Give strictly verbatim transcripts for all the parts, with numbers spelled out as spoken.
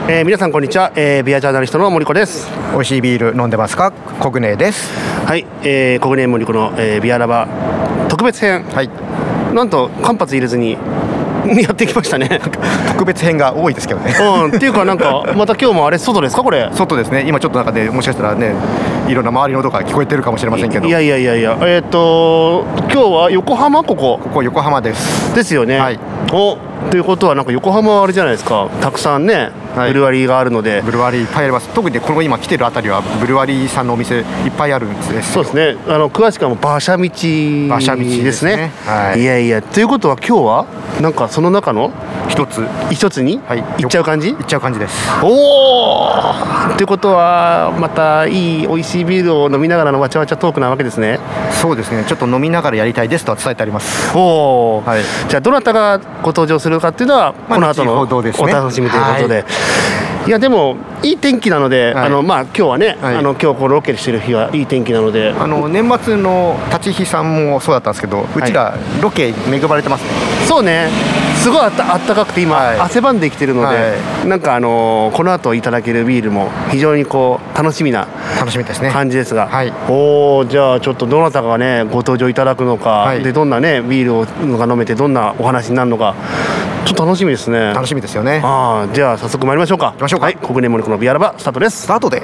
えー、皆さんこんにちは、えー、ビアジャーナリストの森子です。 美味しいビール飲んでますか？コグネです。 はい、えー、コグネ森子の、えー、ビアラバ特別編、 はい、 なんと間髪入れずにやってきましたね。 特別編が多いですけどね。 うん、っていうかなんかまた今日もあれ外ですかこれ？ 外ですね。今ちょっと中でもしかしたらね、いろんな周りの音が聞こえてるかもしれませんけど。 いやいやいやいや、えっ、ー、と今日は横浜ここ。 ここ横浜です。 ですよね。 はい。 お、ということはなんか横浜はあれじゃないですか。たくさんね、はい、ブルワリーがあるので。 ブルワリーいっぱいあります。特にこの今来てるあたりはブルワリーさんのお店いっぱいあるんです。 そうですね。あの詳しくはもう馬車道馬車道ですね。 はい。いやいや、ということは今日はなんかその中の一つ一つに行っちゃう感じ？ 行っちゃう感じです。 おお。ということはまたいい美味しいビールを飲みながらのわちゃわちゃトークなわけですね。 そうですね。ちょっと飲みながらやりたいですとは伝えてあります。 おお。 はい。 じゃあどなたがご登場するかっていうのはこの後のお楽しみということで。いやでもいい天気なので、はい、あのまあ今日はね、はい、あの今日このロケしてる日はいい天気なので、 あの年末の立ち日さんもそうだったんですけど、うちらロケ恵まれてますね。 そうね。すごいあったあったかくて今、はい、汗ばんできてるので、はい、なんかあのー、この後いただけるビールも非常にこう楽しみな楽しみですね感じですが、 はい、 おー、じゃあちょっとどなたがねご登場いただくのか、はい、でどんなねビールをが飲めてどんなお話になるのかちょっと楽しみですね。 楽しみですよね。 あー、じゃあ早速参りましょうか。 行きましょうか。 はい、コグネ森子のビアラバスタートです。 スタートです。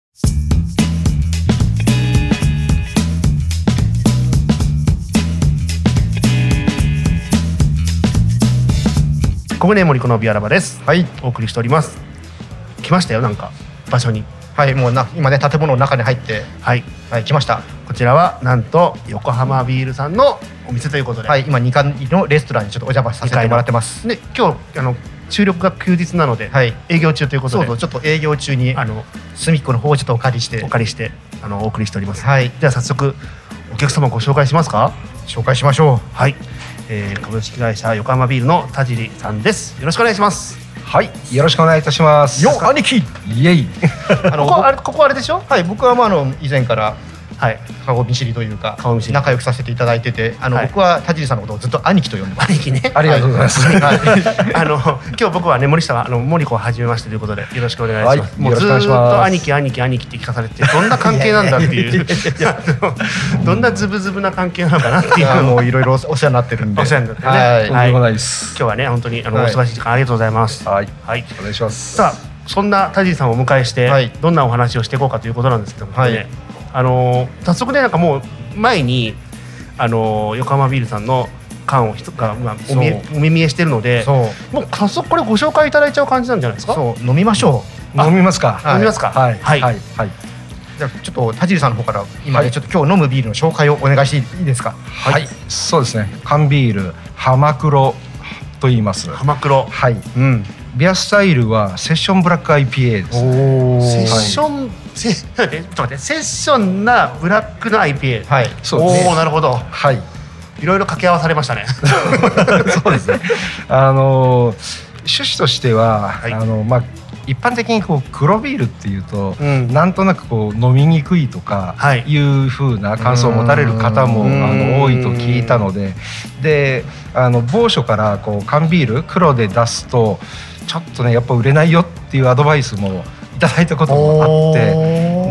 コグネ森子のビアラバです。 はい、 お送りしております。来ましたよ、なんか場所に。 はい、もうな今ね建物の中に入ってはい、 はい、来ました。 こちらはなんと横浜ビールさんのお店ということで、 はい、今にかいのレストランにちょっとお邪魔させてもらってます。 で今日あの収録が休日なので、はい、営業中ということで、 そうそう、ちょっと営業中にあの隅っこの方をちょっとお借りしてお借りしてあのお送りしております。 はい、 じゃあ早速お客様ご紹介しますか。 紹介しましょう。 はい、えー、株式会社横浜ビールの田尻さんです。よろしくお願いします。 はい、よろしくお願いいたします。 よ兄貴、 イエイ。 あのここあれここあれでしょ。 はい、僕はまああの以前からはい、 顔見知りというか顔見知り仲良くさせていただいてて、あの、はい、僕は田尻さんのことをずっと兄貴と呼んでます。 兄貴ね。 ありがとうございます。はい、 あの今日僕はね森下はあの森子を初めましてということでよろしくお願いします。 はい、 もうずっと兄貴兄貴兄貴って聞かされてどんな関係なんだっていうどんなズブズブな関係なのかなっていう。 もういろいろお世話になってるんで。 お世話になってね。 はい、とんでもないです。 今日はね本当にあの、はい、お忙しい時間ありがとうございます。 はい、 はい、 お願いします。 さあそんな田尻さんをお迎えして、はい、どんなお話をしていこうかということなんですけどもね。はい、あのー、早速ねなんかもう前に、あのー、横浜ビールさんの缶をが、まあ、お見えお目見えしてるので、もう早速これご紹介いただいちゃう感じなんじゃないですか。 そう、飲みましょう。飲みますか。 飲みますか。 はいはいはい。 じゃあちょっと田尻さんの方から今ね、はい、ちょっと今日飲むビールの紹介をお願いしていいですか。 はい、はい、そうですね。缶ビール浜黒と言います。 浜黒。 はい。うん。ビアスタイルはセッションブラック アイピーエー です。 おセッション、はい、セちょっと待ってセッションなブラックの アイピーエー。 はい。 そうですね。おお、なるほど。 はい。 いろいろ掛け合わされましたね。 そうですね。あの趣旨としては、はい、あのまあ一般的にこう黒ビールっていうと、うん、なんとなくこう飲みにくいとかいう風な感想を持たれる方も、はい、あの多いと聞いたので、であの某所からこう缶ビール黒で出すとちょっとねやっぱ売れないよっていうアドバイスもいただいたこともあって、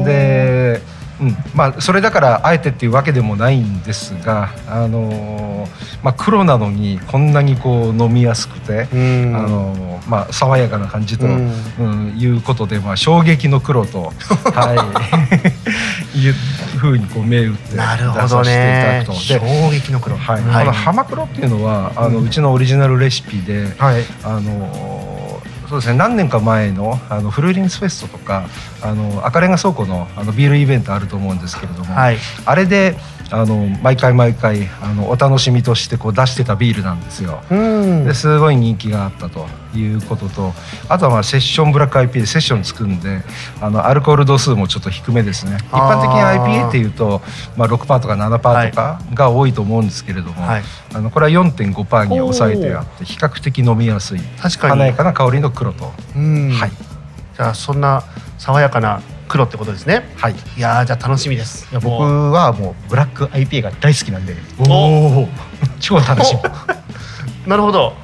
で、うん、まあそれだからあえてっていうわけでもないんですが、あのー、まあ黒なのにこんなにこう飲みやすくて、あのー、まあ爽やかな感じと、うんうん、いうことで、まあ衝撃の黒とはいいうふうにこう銘打って出させていただくと。 衝撃の黒。 はい。はい、この浜黒っていうのはあの、うん、うちのオリジナルレシピで、はい、あのーそうですね、何年か前のあのフルーリンスフェストとかあの赤レンガ倉庫のあのビールイベントあると思うんですけれども、はい、あれであの毎回毎回あのお楽しみとしてこう出してたビールなんですよ。ですごい人気があったということと、あとはまあセッションブラック アイピーエー でセッションつくんであのアルコール度数もちょっと低めですね。一般的に アイピーエー っていうと、まあ、ろくパーセント とか ななパーセント とかが多いと思うんですけれども、はい、あのこれは よんてんごパーセント に抑えてあって比較的飲みやすい華やかな香りの黒と。 うん、はい、じゃあそんな爽やかな黒ってことですね。 はい。 いやじゃあ楽しみです。 いや僕はもうブラック アイピーエー が大好きなんで、 おお超楽しみ。 なるほど。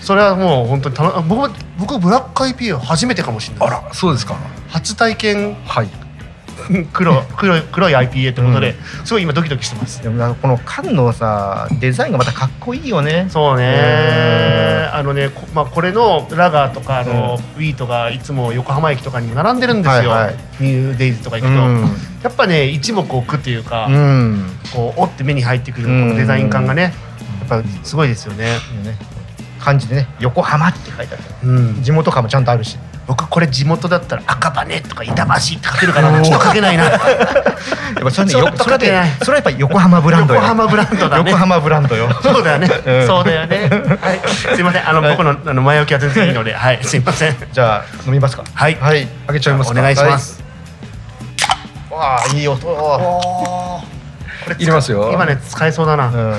それはもう本当にたの僕僕ブラック アイピーエー は初めてかもしれない。 あら、そうですか。 初体験。 はい。 黒黒い黒い アイピーエー ってことで、うん、すごい今ドキドキしてます。 でもこの缶のさデザインがまたかっこいいよね。 そうね。あのね、こまあこれのラガーとかあの、うん、ウィートがいつも横浜駅とかにも並んでるんですよ。はいはい、ニューデイズとか行くと、うん、やっぱね一目置くっていうか、うん、こうおって目に入ってくるこのデザイン感がね、やっぱすごいですよね。 うん、ね漢字でね横浜って書いてある、うん、地元感もちゃんとあるし。 僕これ地元だったら赤羽とか板橋って書けるかな。ちょっと書けないな。やっぱそれね、それってそれはやっぱ横浜ブランドよ。 横浜ブランドだね。 横浜ブランドよ。 そうだよね。うん、そうだよね。はい。すいません。あの、はい、僕のあの前置きは全然いいので、はい。すいません。 じゃあ飲みますか。 はい。 はい。開けちゃいますか。 お願いします。 はい、わあいい音。 これ入れますよ。 今ね使えそうだな。うん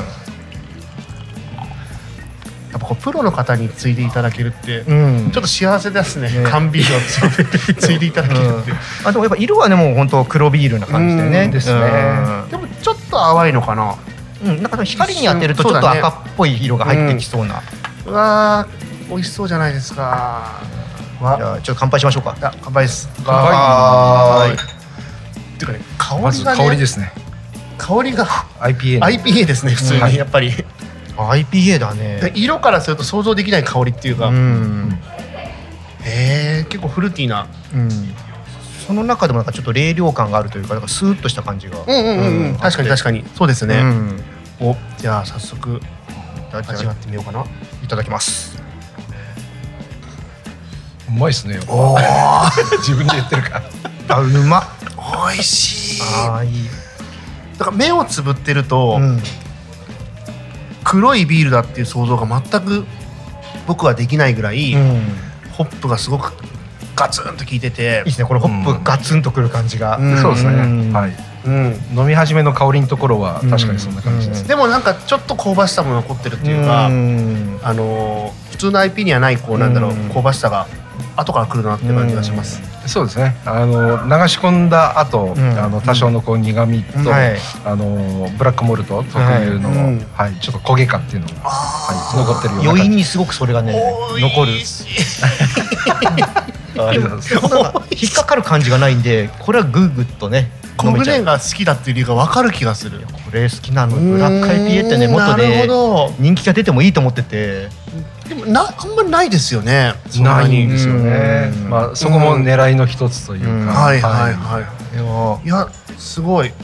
やっぱこうプロの方に継いでいただけるって、うん、ちょっと幸せですね。缶ビールを継いでいただけるって、うん、 あでもやっぱ色はねもう本当黒ビールな感じでね。 ですね。でもちょっと淡いのかな。 うん、なんか光に当てるとちょっと赤っぽい色が入ってきそうな。 うわー美味しそうじゃないですか。 じゃあちょっと乾杯しましょうか。 乾杯です。 乾杯。 っていうかね香りがね。 まず香りですね。 香りがアイピーエーアイピーエー ですね普通に、はい、やっぱり。 アイピーエー だね。 色からすると想像できない香りっていうか、うん、へえ結構フルーティーな、うん、 その中でもなんかちょっと冷涼感があるというか、なんかスーッとした感じが、 うんうんうんうん、確かに確かにそうですね、うん、おじゃあ早速味わってみようかな。 いただきます。 うまいですね。 お自分で言ってるかあうまっ美味しい。 あいい。 だから目をつぶってると、うん黒いビールだっていう想像が全く僕はできないぐらい、うん、ホップがすごくガツンと効いてていいですね。これホップガツンとくる感じが、 うん、そうですね、うんはいうん、飲み始めの香りのところは確かにそんな感じです、 うん、でもなんかちょっと香ばしさも残ってるっていうか、うん、あの普通の アイピー にはないこうなんだろう、うん、香ばしさが後から来るなって感じがします、 うん、そうですね。あの流し込んだ後、うん、あの多少のこう苦味と、うんはい、あのブラックモルト特有の、はいうんはい、ちょっと焦げ感っていうのが、はい、残ってるような余韻にすごくそれがね残る。ありがとうございます。引っかかる感じがないんで、これはグーグッとねコグレンが好きだっていう理由が分かる気がする。 これ好きなの。ブラック アイピーエー ってねもっとね人気が出てもいいと思ってて、 でもなあんまりないですよね。 ないんですよね。まあそこも狙いの一つというか。 はいはいはい。いやすごい。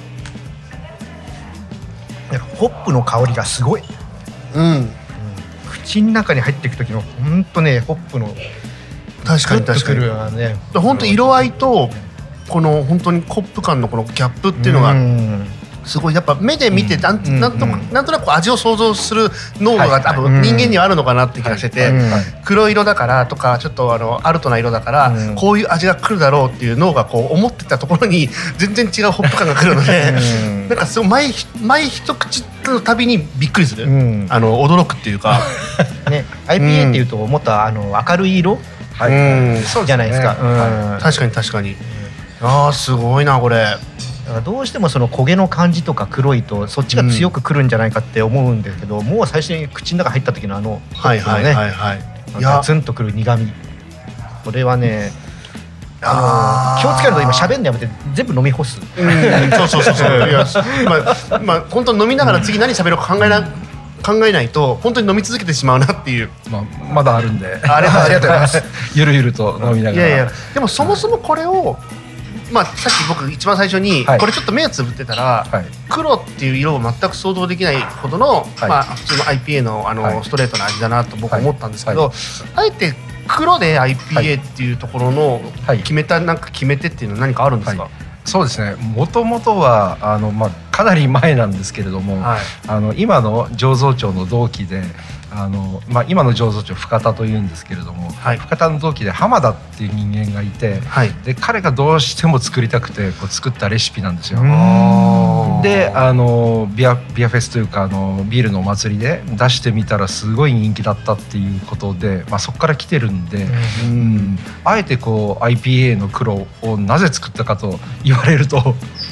ホップの香りがすごい。うん。口の中に入っていく時の本当ねホップの確かに確かにね。本当色合いとこの本当にコップ感のこのギャップっていうのがすごいやっぱ目で見てなんとなんとなんとなく味を想像する脳が多分人間にはあるのかなって気がしてて、黒色だからとかちょっとあのアルトな色だからこういう味が来るだろうっていう脳がこう思ってたところに全然違うホップ感が来るのでなんかすごい毎毎一口のたびにびっくりする、あの驚くっていうかね アイピーエー っていうともっとあの明るい色じゃないですか。 確かに確かに。あーすごいなこれ。 だからどうしてもその焦げの感じとか黒いとそっちが強くくるんじゃないかって思うんですけど、うん、もう最初に口の中入った時のあのはいはいはいはいガツンとくる苦味、これはねあの気をつけると今喋るのやめて全部飲み干す。 うんそうそうそうそういやまあまあ本当飲みながら次何喋ろうか考えな、うん考えないと本当に飲み続けてしまうなっていう、 まあ、まだあるんでありがとうございますゆるゆると飲みながら。 いやいやでもそもそもこれをまあさっき僕一番最初にこれちょっと目をつぶってたら黒っていう色を全く想像できないほどのまあ普通の アイピーエー のあのストレートな味だなと僕思ったんですけど、あえて黒で アイピーエー っていうところの決めたなんか決め手っていうのは何かあるんですか？ そうですね。もともとはあの、まあ、かなり前なんですけれども、はい、あの今の醸造長の同期であの、まあ、今の醸造長深田というんですけれども、はい、深田の同期で浜田っていう人間がいて、はい、で彼がどうしても作りたくてこう作ったレシピなんですよ。であのビア、ビアフェスというかあのビールのお祭りで出してみたらすごい人気だったっていうことで、まあ、そこから来てるんで、うんうん、あえてこう アイピーエー の黒をなぜ作ったかと言われると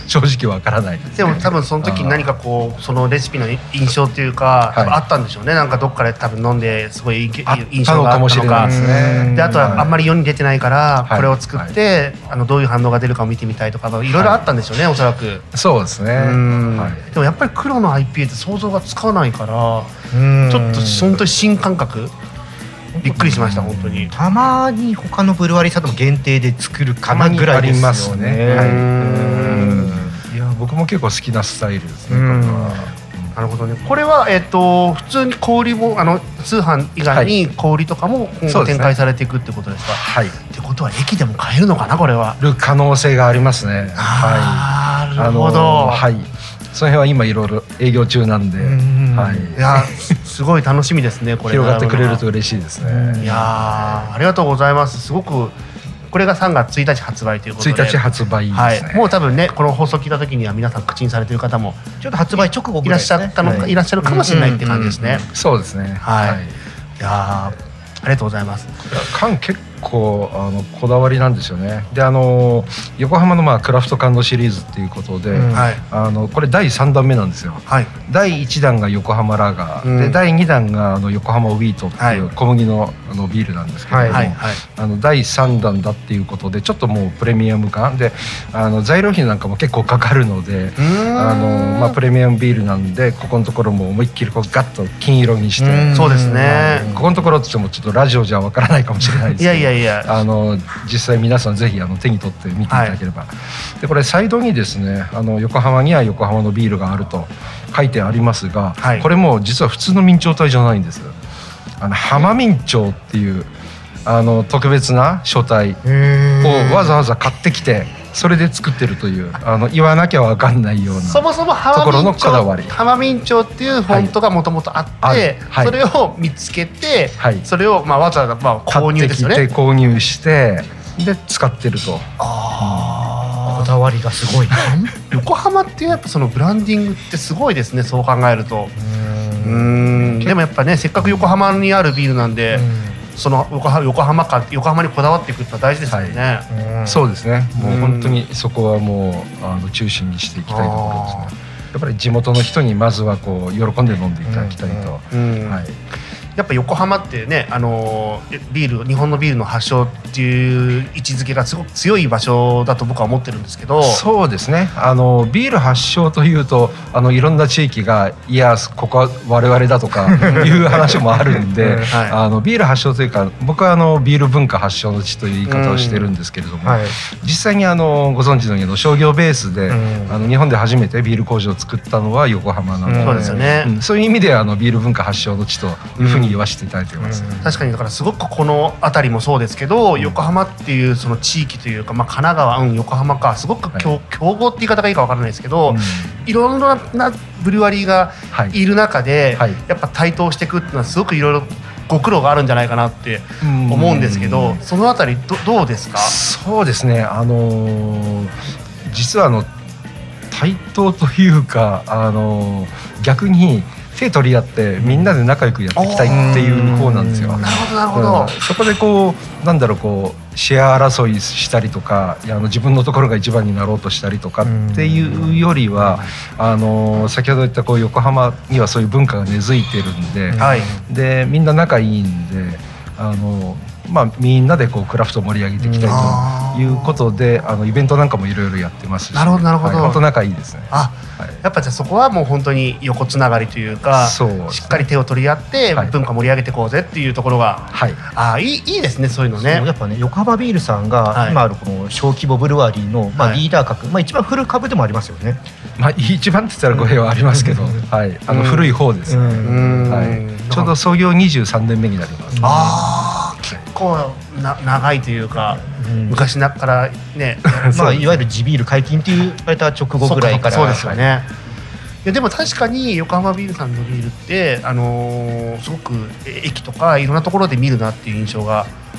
正直わからないです、ね、 でも多分その時に何かこうそのレシピの印象っていうか、はい、あったんでしょうね。なんかどっかで多分飲んですごい印象があったのか、ね、であとはあんまり世に出てないからこれを作って、はいはい、あのどういう反応が出るかを見てみたいとかいろいろあったんでしょうね、はい、おそらく。 そうですね、 はい、でもやっぱり黒の アイピーエー って想像がつかないからちょっと本当に新感覚びっくりしました本当に。 たまに他のブルワリーさんでも限定で作るかなぐらいですよね。ありますね、はい、うんいや僕も結構好きなスタイルですね、これは。 なるほどね。これは、えー、と普通に小売りもあの通販以外に小売りとかも今後展開されていくってことですか。 はい。 ってことは駅でも買えるのかなこれは。 る可能性がありますね。 あー、はい、なるほど。 はい。その辺は今いろいろ営業中なんで、 うんはい。 いやすごい楽しみですねこれ。 広がってくれると嬉しいですね。 いやありがとうございます。すごく。これがさんがつついたち発売ということでついたち発売ですね、 はい、もう多分ねこの放送聞いた時には皆さん口にされている方もちょっと発売直後ぐらい、ね、いらっしゃったのか、はい、いらっしゃるかもしれないって感じですね。 そうですね、 はい、はい、いやありがとうございます。 缶結構あのこだわりなんですよね。であの横浜のまあクラフト缶のシリーズっていうことで、うん、あのこれだいさんだんめなんですよ、はい、だいいちだんが横浜ラガー、うん、でだいにだんがあの横浜ウィートっていう小麦のあのビールなんですけれども、はいはいはい、あのだいさんだんだっていうことでちょっともうプレミアム感であの材料費なんかも結構かかるのであの、まあ、プレミアムビールなんでここのところも思いっきりこうガッと金色にして、 そうですね、 ここのところって言ってもちょっとラジオじゃわからないかもしれないですけど、 いやいやいやあの実際皆さんぜひあの手に取って見ていただければ、はい、でこれサイドにですねあの横浜には横浜のビールがあると書いてありますが、はい、これも実は普通の明朝体じゃないんです。あの浜明朝っていうあの特別な書体をわざわざ買ってきてそれで作ってるというあの言わなきゃ分かんないようなそもそもところのこだわり。 浜明朝っていうフォントがもともとあって、はいはい、それを見つけて、はい、それをまあわざわざまあ購入ですよね。 買ってきて購入してで使ってると。 あ、 うん、こだわりがすごい横浜っていうやっぱそのブランディングってすごいですね、そう考えると。うーん、でもやっぱねせっかく横浜にあるビールなんで、その横浜、横浜か横浜にこだわっていくってのは大事ですよね、 はい、そうですね。もう本当にそこはもうあの中心にしていきたいところですね。やっぱり地元の人にまずはこう喜んで飲んでいただきたいと、うんうん、はい。 やっぱ横浜ってね、あのビール日本のビールの発祥っていう位置づけがすごく強い場所だと僕は思ってるんですけど。 そうですね、あのビール発祥というとあのいろんな地域がいやここは我々だとかいう話もあるんで、はい、あのビール発祥というか僕はあのビール文化発祥の地という言い方をしてるんですけれども、はい、実際にあのご存知のように商業ベースであの日本で初めてビール工場を作ったのは横浜なので、 そうですよね、 うん、そういう意味であのビール文化発祥の地というふうに言わせていただいています、うんうん、 確かにだからすごくこの辺りもそうですけど、横浜っていうその地域というか、まあ、神奈川、うん、横浜かすごく強、はい、強豪って言い方がいいか分からないですけど、うん、いろんなブルワリーがいる中で、はいはい、やっぱ台頭していくっていうのはすごくいろいろご苦労があるんじゃないかなって思うんですけど、そのあたり ど, どうですか？ そうですね、あのー、実はあの対等というか、あのー、逆に手取り合ってみんなで仲良くやっていきたいっていう方なんですよ。 なるほどなるほど、 うん、そこでこうなんだろうこうシェア争いしたりとか、いやあの自分のところが一番になろうとしたりとかっていうよりは、あの先ほど言ったこう横浜にはそういう文化が根付いてるんで、はい、でみんな仲いいんで、あのまあ、みんなでこうクラフトを盛り上げていきたいということで、あのイベントなんかもいろいろやってますし。 なるほどなるほど、 はい、本当仲いいですね。 あ、はい、やっぱじゃあそこはもう本当に横つながりというか、そうですね、しっかり手を取り合って文化盛り上げていこうぜっていうところが、はい、あいい、いいですね、そういうのね。 やっぱね、横浜ビールさんが今あるこの小規模ブルワリーの、まあ、リーダー格、はい、まあ、一番古株でもありますよね。 まあ、一番って言ったら語弊はありますけど、はい、あの古い方ですね、はい、ちょうど創業にじゅうさんねんめになります。 あー、結構な長いというか、うん、昔なからねまあ、いわゆる地ビール解禁って言われた直後ぐらいから。 そうですよね。いやでも確かに横浜ビールさんのビールって、あのー、すごく駅とかいろんなところで見るなっていう印象が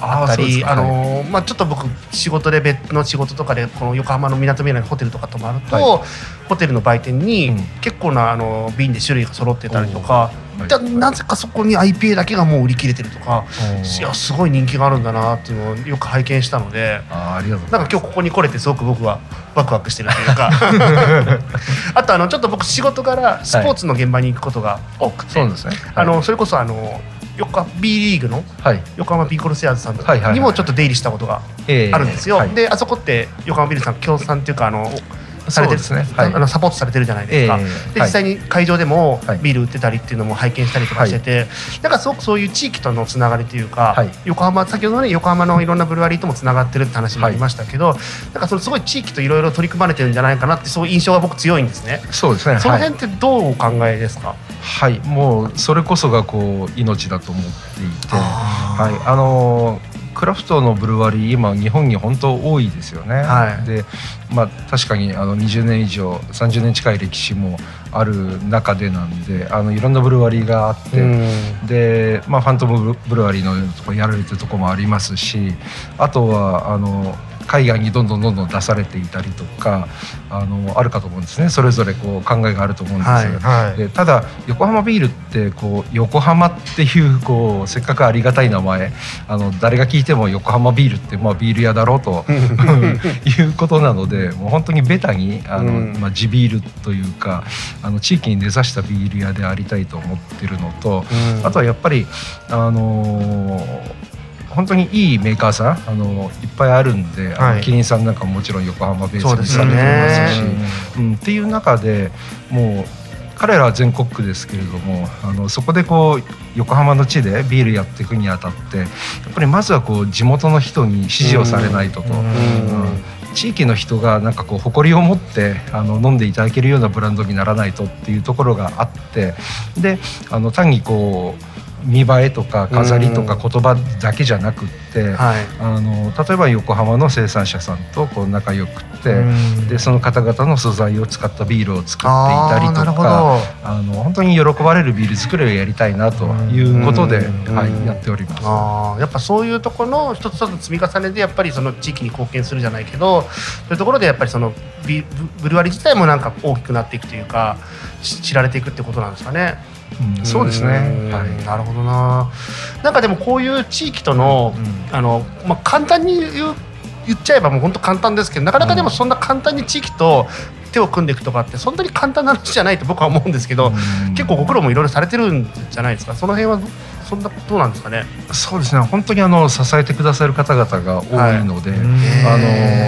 あったり、あのまあちょっと僕仕事で別の仕事とかでこの横浜のみなとみらいのホテルとか泊まると、はい、ホテルの売店に結構なあの瓶で種類が揃ってたりとか、うん、なぜかそこに アイピーエー だけがもう売り切れてるとか、いやすごい人気があるんだなっていうのをよく拝見したので、 あありがとうございます。 なんか今日ここに来れてすごく僕はワクワクしてるというかあとあのちょっと僕仕事柄スポーツの現場に行くことが多くて、はい、そうですね、はい、あのそれこそあの横 B リーグの横浜ビーコルセアーズさんとかにもちょっと出入りしたことがあるんですよ、はいはいはい、であそこって横浜ビールさん協賛っていうかあのされてるですね、はい、あのサポートされてるじゃないですか、えー、で実際に会場でもビール売ってたりっていうのも拝見したりとかしてて、はい、だからすごくそういう地域とのつながりというか、はい、横浜先ほどね横浜のいろんなブルワリーともつながってるって話もありましたけど、はい、だからそれすごい地域といろいろ取り組まれてるんじゃないかなってそういう印象が僕強いんですね。 そうですね。 その辺ってどうお考えですか？ はい、もうそれこそがこう命だと思っていて、はい、あのークラフトのブルワリー今日本に本当多いですよね、はい、で、まあ、確かにあのにじゅうねん以上さんじゅうねん近い歴史もある中でなんであのいろんなブルワリーがあって、で、まあ、ファントムブルワリーのとこやられてるとこもありますし、あとはあの海外にどんどんどんどん出されていたりとか あのあるかと思うんですね。それぞれこう考えがあると思うんです、はいはい、でただ横浜ビールってこう横浜っていう、こうせっかくありがたい名前、あの誰が聞いても横浜ビールってまあビール屋だろうということなので、もう本当にベタにあの、まあ、地ビールというかあの地域に根ざしたビール屋でありたいと思ってるのと、あとはやっぱりあのー本当にいいメーカーさんあのいっぱいあるんで、はい、あのキリンさんなんかももちろん横浜ベースにされてますし、うん、っていう中でもう彼らは全国区ですけれども、あのそこでこう横浜の地でビールやっていくにあたってやっぱりまずはこう地元の人に支持をされないとと、うんうん地域の人がなんかこう誇りを持ってあの飲んでいただけるようなブランドにならないとっていうところがあって、であの単にこう見栄えとか飾りとか言葉だけじゃなくって、はい、あの例えば横浜の生産者さんとこう仲良くってでその方々の素材を使ったビールを作っていたりとか、あの本当に喜ばれるビール作りをやりたいなということで、はい、やっております。 あやっぱそういうところの一つ一つ積み重ねでやっぱりその地域に貢献するじゃないけど、そういうところでやっぱりそのビブルワリー自体もなんか大きくなっていくというか知られていくってことなんですかね。 うん、そうですね、 はい、なるほどな。なんかでもこういう地域との、うんあのまあ、簡単に言う言っちゃえばもう本当簡単ですけど、なかなかでもそんな簡単に地域と手を組んでいくとかってそんなに簡単な話じゃないと僕は思うんですけど、うん、結構ご苦労もいろいろされてるんじゃないですか。その辺はそんなどうなんですかね。 そうですね、本当にあの支えてくださる方々が多いので、はい、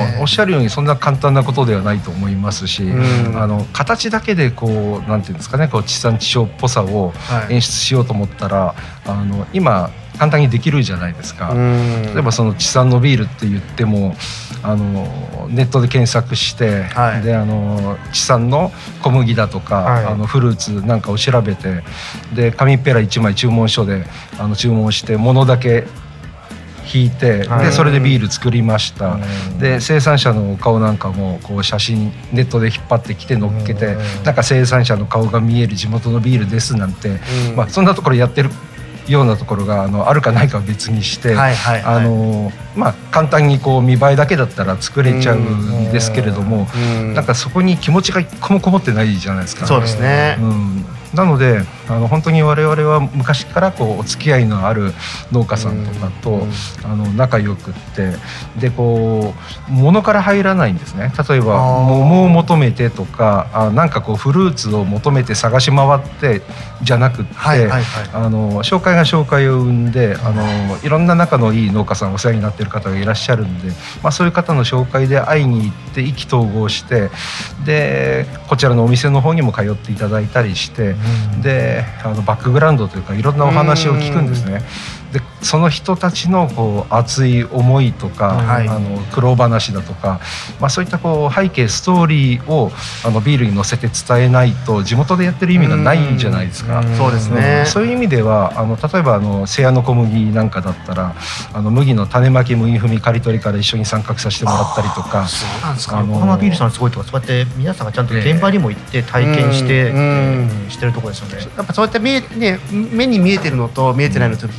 あのおっしゃるようにそんな簡単なことではないと思いますし、あの形だけでこうなんていうんですかね、こう地産地消っぽさを演出しようと思ったら、はい、あの今簡単にできるじゃないですか。例えばその地産のビールって言ってもあのネットで検索して、はい、であの地産の小麦だとか、はい、あのフルーツなんかを調べてで紙ペラいちまい注文書であの注文して物だけ引いて、はい、でそれでビール作りました、で生産者の顔なんかもこう写真ネットで引っ張ってきて載っけて、なんか生産者の顔が見える地元のビールですなんて、まあ、そんなところやってるようなところが あのあるかないかは別にして、はいはいはい、あのまあ、簡単にこう見栄えだけだったら作れちゃうんですけれども、なんかそこに気持ちが一個もこもってないじゃないですか。 そうですね、 うん、なのであの本当に我々は昔からこうお付き合いのある農家さんとかとあの仲良くってでこう物から入らないんですね。例えば桃を求めてとかあなんかこうフルーツを求めて探し回ってじゃなくって、はいはいはい、あの紹介が紹介を生んであのいろんな仲のいい農家さんお世話になっている方がいらっしゃるんで、まあ、そういう方の紹介で会いに行って意気投合してでこちらのお店の方にも通っていただいたりして、うん、であのバックグラウンドというかいろんなお話を聞くんですね。でその人たちのこう熱い思いとか、はい、あの苦労話だとか、まあ、そういったこう背景ストーリーをあのビールに乗せて伝えないと地元でやってる意味がないじゃないですか。 そうですね、 うん、そういう意味ではあの例えばあの瀬谷の小麦なんかだったらあの麦の種まき麦踏み刈り取りから一緒に参画させてもらったりとか。 そうなんですか。横浜ビールさんすごいとかそうやって皆さんがちゃんと現場にも行って体験して、えー、してるところですよね。 やっぱそうやって見え、ね、目に見えてるのと見えてないのと全然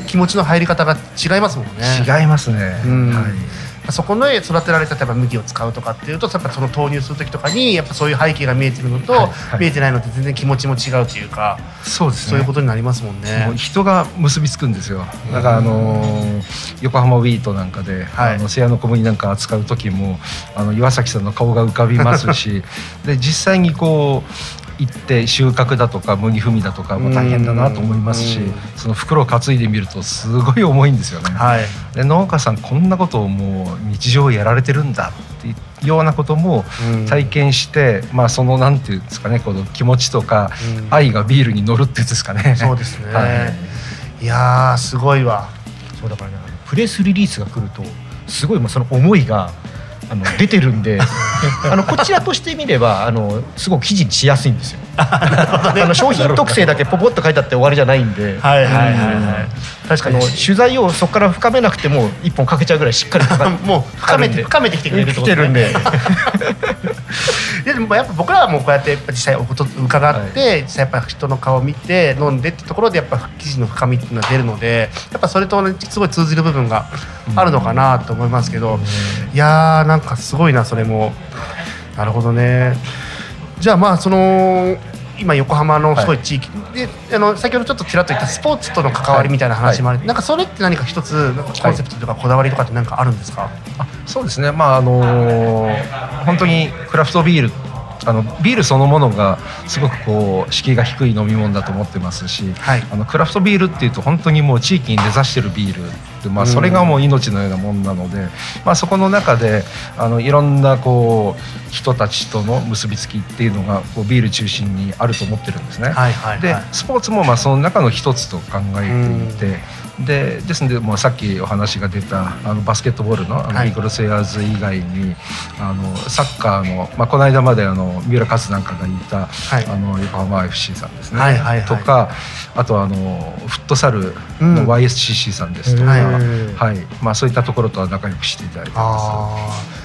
気持ちの入り方が違いますもんね。 違いますね、うんはいそこで育てられた例えば麦を使うとかっていうとやっぱその投入する時とかにやっぱそういう背景が見えてるのと、はいはい、見えてないのって全然気持ちも違うというかそうですね、 そういうことになりますもんね。 もう人が結びつくんですよ。だからあのー、横浜ウィートなんかで、はい、あの瀬谷の小麦なんか扱う時もあの岩崎さんの顔が浮かびますしで実際にこう行って収穫だとか麦踏みだとかも大変だなと思いますしその袋を担いでみるとすごい重いんですよね、はい、で農家さんこんなことをもう日常やられてるんだっていうようなことも体験して、まあ、そのなんていうんですかねこの気持ちとか愛がビールに乗るってやつですかね。 そうですね、はい、いやーすごいわ。 そうだからねプレスリリースが来るとすごいもうその思いがあの出てるんであのこちらとしてみればあのすごく記事にしやすいんですよあの商品特性だけポポッと書いてあって終わりじゃないんではいはいはい、はい、確かに取材をそこから深めなくても一本かけちゃうぐらいしっかりもう深めて深めてきてくれるってことね。んででもやっぱ僕らはもうこうやって実際おこと伺って、はい、実際やっぱ人の顔を見て飲んでってところでやっぱ記事の深みっていうのが出るのでやっぱそれと、ね、すごい通じる部分があるのかなと思いますけど、うん、いやーなんかすごいなそれも。なるほどね。じゃあまあその今横浜のすごい地域、はい、であの先ほどちょっとちらっと言ったスポーツとの関わりみたいな話もある、はいはい、なんかそれって何か一つなんかコンセプトとかこだわりとかって何かあるんですか？ あそうですね、まああのー、本当にクラフトビールあのビールそのものがすごくこう敷居が低い飲み物だと思ってますし、はい、あのクラフトビールっていうと本当にもう地域に根ざしてるビールで、まあ、それがもう命のようなものなので、まあ、そこの中であのいろんなこう人たちとの結びつきっていうのがこうビール中心にあると思ってるんですね、はいはいはい、でスポーツもまあその中の一つと考えていて、でですのでもうさっきお話が出たあのバスケットボールのあのビーグルセアーズ以外にあのサッカーの、まあ、この間まであの三浦勝なんかがいた、はい、あの横浜 エフシー さんですね、はいはいはい、とかあとあのフットサルの ワイエスシーシー さんですとか、うんはいまあ、そういったところとは仲良くしていただいてます。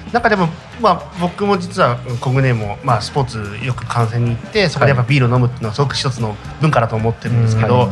なんかでも、まあ、僕も実はコグネも、まあ、スポーツよく観戦に行ってそこでやっぱビールを飲むっていうのはすごく一つの文化だと思ってるんですけど、うんはい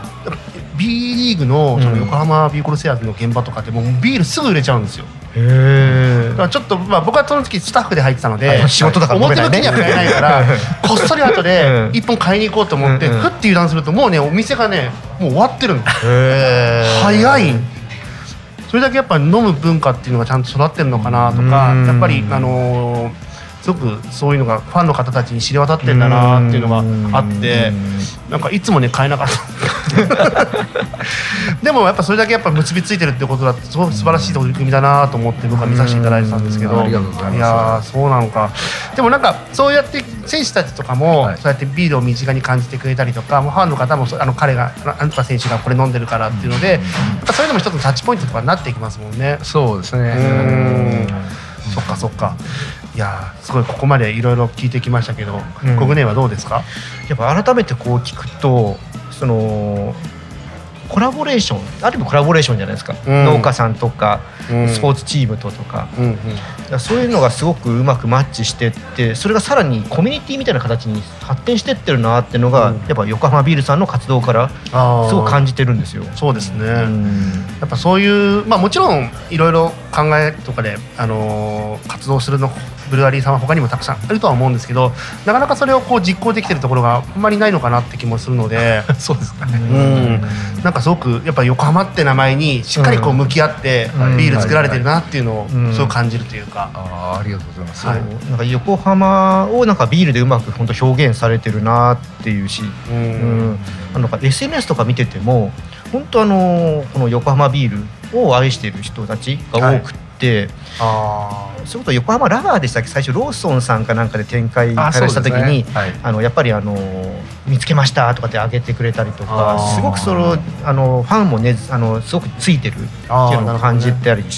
B リーグ の, その横浜ビーコルセアーズの現場とかでもビールすぐ売れちゃうんですよ。へだからちょっと、まあ、僕はその時スタッフで入ってたので仕事だから表向きには買えないからこっそり後でいっぽん買いに行こうと思ってふって油断するともうねお店がねもう終わってるんです。早い。それだけやっぱ飲む文化っていうのがちゃんと育ってるのかなとかやっぱりあのーすごくそういうのがファンの方たちに知れ渡ってんだなっていうのがあってなんかいつもね買えなかったでもやっぱそれだけやっぱ結びついてるってことだってすごく素晴らしい取り組みだなと思って僕は見させていただいてたんですけど、 ありがとうございます。 いやそうなのか。でもなんかそうやって選手たちとかも、はい、そうやってビールを身近に感じてくれたりとかファンの方もあの彼があんた選手がこれ飲んでるからっていうのでやっぱそれでも一つのタッチポイントとかになっていきますもんね。 そうですね。 うんそっかそっか。いやすごいここまでいろいろ聞いてきましたけど、うん、コグネはどうですか？ やっぱ改めてこう聞くとそのコラボレーションある意味コラボレーションじゃないですか、うん、農家さんとか、うん、スポーツチームととか、うんうん、そういうのがすごくうまくマッチしてってそれがさらにコミュニティみたいな形に発展してってるなっていうのが、うん、やっぱ横浜ビールさんの活動からすごく感じてるんですよ。 そうですね、うん、やっぱそういう、まあ、もちろんいろいろ考えとかで、あのー、活動するのブルワリーさんは他にもたくさんあるとは思うんですけどなかなかそれをこう実行できてるところがあんまりないのかなって気もするのでそうですかね、 うん、なんかすごくやっぱ横浜って名前にしっかりこう向き合ってビール作られてるなっていうのをすごく感じるというか、 うんうんはいはい、あ, ありがとうございます、 はい、なんか横浜をなんかビールでうまく本当表現されてるなっていうし、うんうん、なんか エスエヌエス とか見てても本当あのこの横浜ビールを愛している人たちが多くて、はいあそういうこと横浜ラガーでしたっけ最初ローソンさんかなんかで展開した時に、ねはい、あのやっぱりあの見つけましたとかって上げてくれたりとかすごくそのあのファンもねあのすごくついてるっていうのを感じたりして、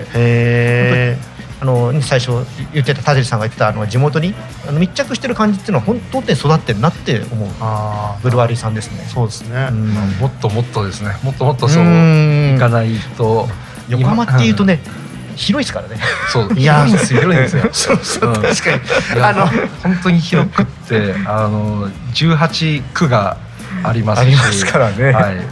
へあの最初言ってた田尻さんが言ってたあの地元にあの密着してる感じっていうのは本当に育ってるなって思うあブルワリーさんですね。 そうですね、うん、 もっともっとですねもっともっとそういかないと横浜っていうとね広いですからね。 そう広いんですよ広いんですよ。 そうそう、うん、確かにあの本当に広くってあのじゅうはちくがありますしありますからね。 はい。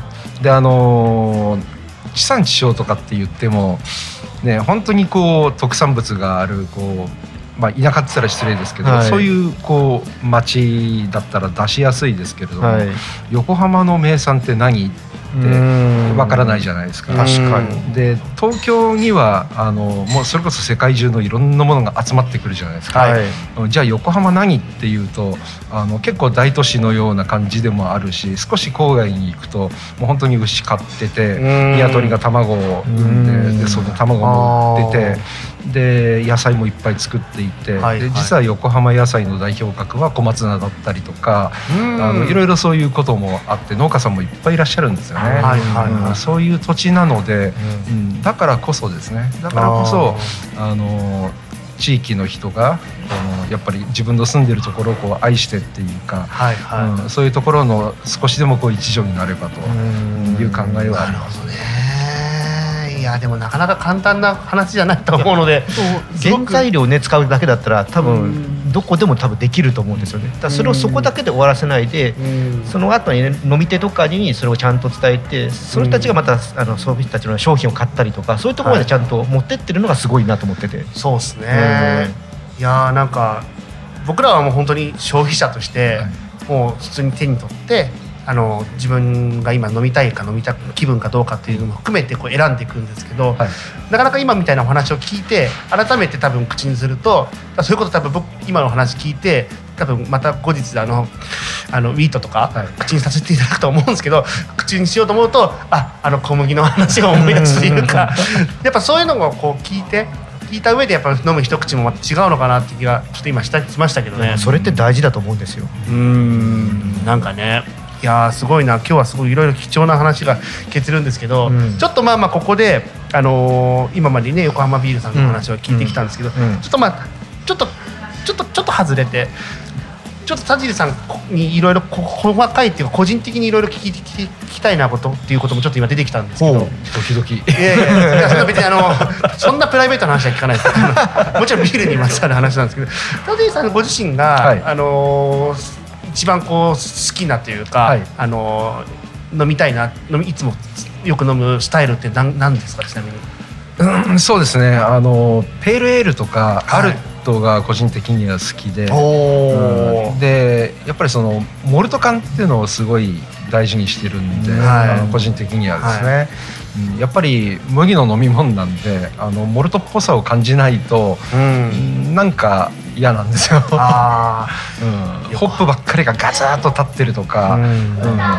であの地産地消とかって言ってもね、本当にこう特産物があるこう、まあ、田舎って言ったら失礼ですけど、はい、そういうこう町だったら出しやすいですけれども、はい、横浜の名産って何ってわからないじゃないですか。 確かに。 で東京にはあのもうそれこそ世界中のいろんなものが集まってくるじゃないですか、はい、じゃあ横浜何っていうとあの結構大都市のような感じでもあるし、少し郊外に行くともう本当に牛飼ってて鶏が卵を産んで、でその卵も売っててで野菜もいっぱい作っていて、はい、で実は横浜野菜の代表格は小松菜だったりとか、あのいろいろそういうこともあって農家さんもいっぱいいらっしゃるんですよね、はいはいはい、うん、そういう土地なので、うん、だからこそですねだからこそあの地域の人があのやっぱり自分の住んでるところをこう愛してっていうか、はいはい、うん、そういうところの少しでもこう一助になればという考えはあります。 なるほどね。いやでもなかなか簡単な話じゃないと思うので、 原材料をね使うだけだったら多分どこでも多分できると思うんですよね。だからそれをそこだけで終わらせないで、その後に、ね、飲み手とかにそれをちゃんと伝えて、その人たちがまたあのそういう人たちの商品を買ったりとか、そういうところまでちゃんと持ってってるのがすごいなと思ってて、はい、 そうですね、うん、いやなんか僕らはもう本当に消費者として、はい、もう普通に手に取ってあの自分が今飲みたいか飲みたい気分かどうかっていうのも含めてこう選んでいくんですけど、はい、なかなか今みたいなお話を聞いて改めて多分口にすると、そういうこと多分僕今のお話聞いて多分また後日あのあのウィートとか口にさせていただくと思うんですけど、はい、口にしようと思うとああの小麦の話を思い出すというかやっぱそういうのをこう聞いて聞いた上でやっぱ飲む一口もまた違うのかなって気がちょっと今したしましたけどね、 うん、それって大事だと思うんですよ。 うーんなんかね、いやーすごいな、今日はすごいいろいろ貴重な話が聞けてるんですけど、うん、ちょっとまあまあここで、あのー、今までね横浜ビールさんの話を聞いてきたんですけど、うんうん、ちょっとまあちょっとちょっとちょっと外れてちょっと田尻さんにいろいろ細かいっていうか個人的にいろいろ聞き聞きたいなことっていうこともちょっと今出てきたんですけど、ドキドキ。いやいやいやそんな別にあのそんなプライベートな話は聞かないですもちろんビールにまつわる話なんですけど、田尻さんご自身が、はい、あのー一番こう好きなというか、はい、あの飲みたいな飲みいつもよく飲むスタイルって何、何ですかちなみに。 うん、そうですね、あのペールエールとかアルトが個人的には好きで、はい、うん、でやっぱりそのモルト感っていうのをすごい大事にしてるんで、はい、あの個人的にはですね、はい、うん、やっぱり麦の飲み物なんであのモルトっぽさを感じないと、うん、なんか嫌なんですよ。あ、うん、ホップばっかりがガツッと立ってるとか、うんうん、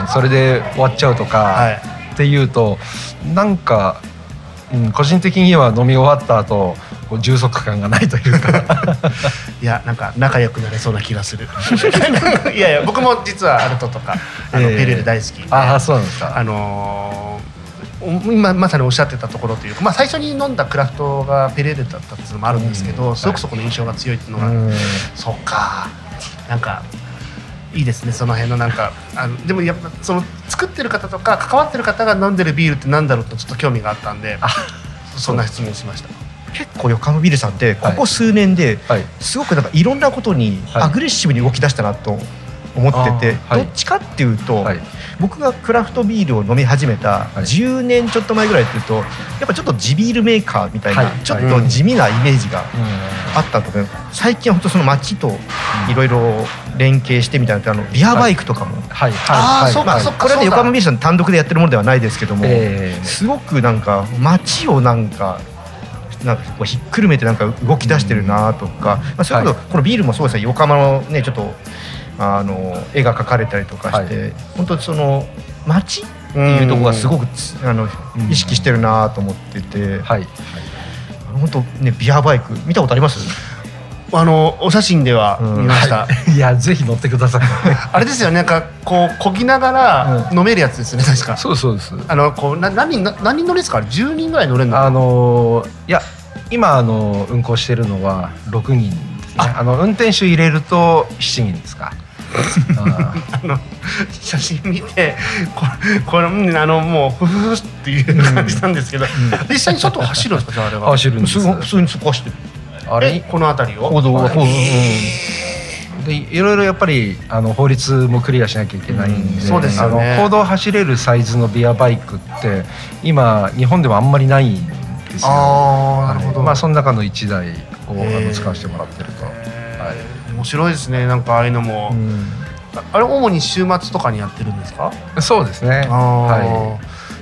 それで終わっちゃうとか、はい、っていうとなんか、うん、個人的には飲み終わった後こう充足感がないというかいやなんか仲良くなれそうな気がするいやいや僕も実はアルトとかあの、えー、ペレル大好きで、 ああそうなんですか。 あのー今まさにおっしゃってたところというか、まあ、最初に飲んだクラフトがペレールだったっていうのもあるんですけど、うん、すごくそこの印象が強いっていうのが、はい、そっかなんかいいですねその辺のなんかあのでもやっぱその作ってる方とか関わってる方が飲んでるビールってなんだろうとちょっと興味があったんでそんな質問しました。 結構横浜ビールさんってここ数年ですごくなんかいろんなことにアグレッシブに動き出したなと思ってて、はい、どっちかっていうと、はい、僕がクラフトビールを飲み始めたじゅうねんちょっと前ぐらいっていうとやっぱちょっと地ビールメーカーみたいな、はい、ちょっと地味なイメージがあったので、うん、最近は本当その街といろいろ連携してみたいなあのビアバイクとかも、はいはい、まあこれはね横浜ビールさん単独でやってるものではないですけども、えー、すごくなんか街をなんかなんかこうひっくるめてなんか動き出してるなとか、まあ、そういうこと、はい、このビールもそうですね横浜のねちょっとあの絵が描かれたりとかして、はい、本当にその街っていうところがすごくあの意識してるなと思ってて、はい、本当ねビアバイク見たことあります？ あのお写真では見ました、うんはい、 いやぜひ乗ってくださいあれですよねなんかこう漕ぎながら飲めるやつですね、うん、確か。 そうそうです。 あのこうな何人何人乗りですか？じゅうにんぐらい乗れるの？ あのいや今あの運行してるのはろくにんですね。ああの運転手入れるとしちにんですかあの写真見てこれこれあのもうフフフっていう感じなんですけど、うん、実際に外を走るんですか？じゃああれは走るんです。 普通にそこ走ってる。 あれこの辺りを歩道は、 えー、 でいろいろやっぱりあの法律もクリアしなきゃいけないんで、うん、 そうですよね、 あの公道を走れるサイズのビアバイクって今日本でもあんまりないんですよ。 ああ、なるほど。 まあその中のいちだいをあの使わせてもらってると、はい、 面白いですね。なんかああいうのも、うん、あれ主に週末とかにやってるんですか？ そうですね。 はい。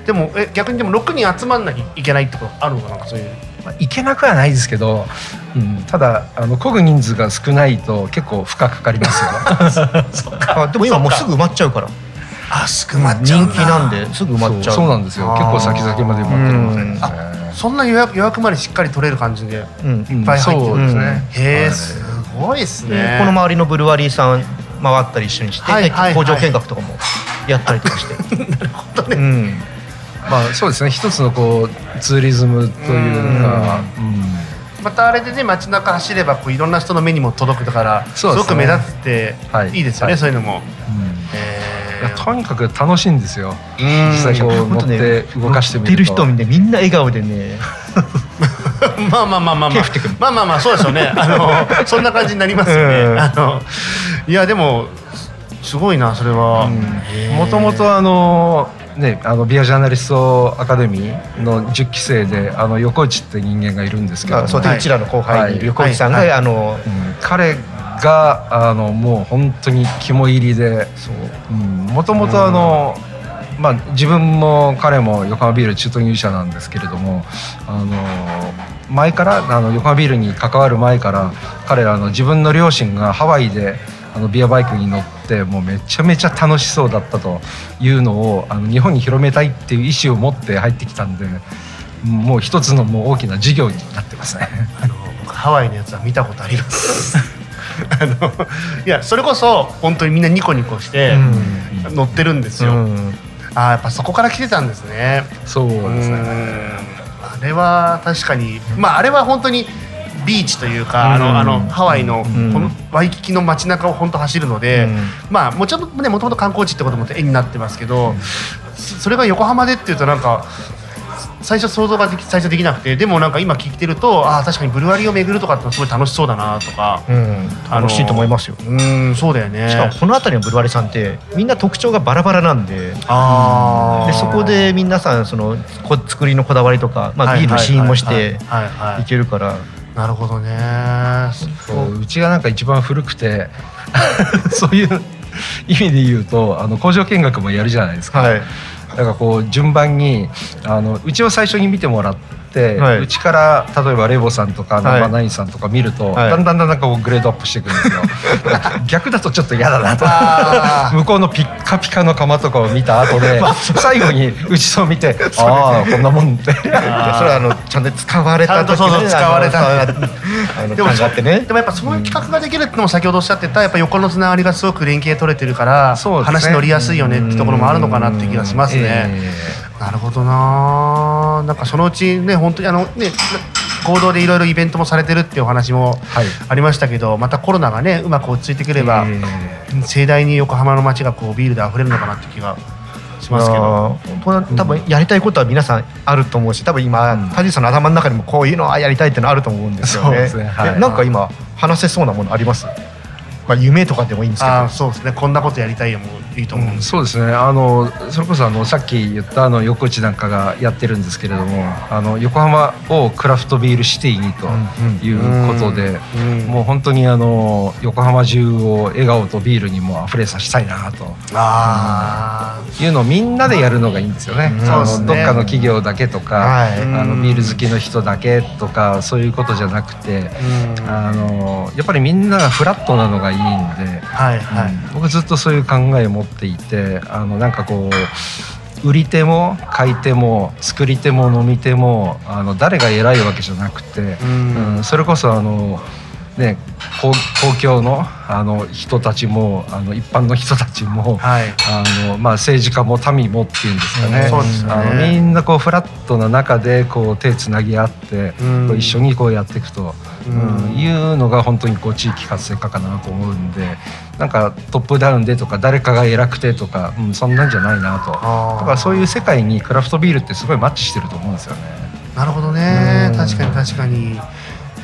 でもえ逆にでもろくにん集まんなきゃいけないってことあるのかな、そういう。 まあ、いけなくはないですけど、うん、ただあの漕ぐ人数が少ないと結構負荷かかりますよ。 そっか。でも今もうすぐ埋まっちゃうから。 あ、すぐ埋まっちゃう。 人気なんですぐ埋まっちゃう。 そう、そうなんですよ。結構先々まで埋まってるので、ね、 あ、そんな予約予約までしっかり取れる感じで、うん、いっぱい入ってるんですね。へえ、すごいですね。 この周りのブルワリーさん回ったり一緒にして、はいはいはい、工場見学とかもやったりとかして。 なるほどね。うん、 まあそうですね。一つのこうツーリズムというか、うん、 またあれでね街中走ればこういろんな人の目にも届くから、すごく目立っていいですよね、はい、そういうのも。うん、 えー、とにかく楽しいんですよ。実際こう乗って動かしてみると。 乗ってる人みんなみんな笑顔でね。 まあまあまあまあまあまあまあまあそうですよね。あのそんな感じになりますよね。あのいやでもすごいなそれは。 もともとあの。ね、あのビアジャーナリストアカデミーのじゅっきせいであの横内って人間がいるんですけど、 そうで、はい、うちらの後輩に横内さんが、はいはい、あの、 うん、彼があのもう本当に肝入りで、もともとあの、まあ、自分も彼も横浜ビール中途入社なんですけれども、あの前からあの横浜ビールに関わる前から彼らの自分の両親がハワイであのビアバイクに乗ってもうめちゃめちゃ楽しそうだったというのをあの日本に広めたいっていう意思を持って入ってきたんで、もう一つのもう大きな事業になってますね。 あの僕ハワイのやつは見たことあります。あのいやそれこそ本当にみんなニコニコして乗ってるんですよ。うん、あやっぱそこから来てたんですね。 そうですね。 あれは確かに、まああれは本当にビーチというか、うん、あのあのハワイの、うん、このワイキキの街中を本当走るので、うん、まあもちろんねもともと観光地ってことも絵になってますけど、うん、それが横浜でっていうとなんか最初想像ができ最初できなくて、でもなんか今聞いてるとあ確かにブルワリーを巡るとかってすごい楽しそうだなとか、うん、 楽しいと思いますよ。 うんそうだよね。 しかもこの辺りのブルワリーさんってみんな特徴がバラバラなんで、あでそこで皆さんその作りのこだわりとか、まあ、ビールの試飲もしていけるから。 なるほどね。 そううちがなんか一番古くてそういう意味で言うとあの工場見学もやるじゃないですか。はい、だからこう順番にあのうちを最初に見てもらって、はい、うちから例えばレボさんとかナンバーナインさんとか見ると、はい、だんだんだんだんこうグレードアップしていくんですよ。逆だとちょっと嫌だなと。向こうのピッカピカの窯とかを見た後で最後にうちを見てああこんなもんって。それはあのちゃんと使われた時に使われたでも感じあってね。 でもやっぱそういう企画ができるってのも先ほどおっしゃってたやっぱ横のつながりがすごく連携取れてるから、ね、話乗りやすいよねってところもあるのかなって気がしますね。えーなるほどな。なんかそのうちね本当にあのね合同でいろいろイベントもされてるっていうお話もありましたけど、はい、またコロナがねうまく落ち着いてくれば、えー、盛大に横浜の街がこうビールで溢れるのかなって気がしますけど、 本当多分やりたいことは皆さんあると思うし、多分今田地さんの頭の中にもこういうのはやりたいっていうのあると思うんですよね。そうですね、はい、なんか今話せそうなものあります？まあ、夢とかでもいいんですけど。 あそうですねこんなことやりたいよもいいと思うんです、 うん、そうですねあのそれこそあのさっき言ったあの横内なんかがやってるんですけれどもあの横浜をクラフトビールシティにということで、うんうん、もう本当にあの横浜中を笑顔とビールにも溢れさせたいなとあ、うん、いうのをみんなでやるのがいいんですよね。うん、あのどっかの企業だけとか、はい、あのビール好きの人だけとかそういうことじゃなくて、うん、あのやっぱりみんながフラットなのがいいんで、はいはい、うん、僕ずっとそういう考えを持っていてあのなんかこう売り手も買い手も作り手も飲み手もあの誰が偉いわけじゃなくて、うんうん、それこそあのね、公, 公共 の, あの人たちもあの一般の人たちも、はいあのまあ、政治家も民もっていうんですかね、そうですね、あのみんなこうフラットな中でこう手つなぎ合って、うん、一緒にこうやっていくと、うんうん、いうのが本当にこう地域活性化かなと思うんで、なんかトップダウンでとか誰かが偉くてとか、うん、そんなんじゃないなと。だからそういう世界にクラフトビールってすごいマッチしてると思うんですよね。 なるほどね、確かに確かに。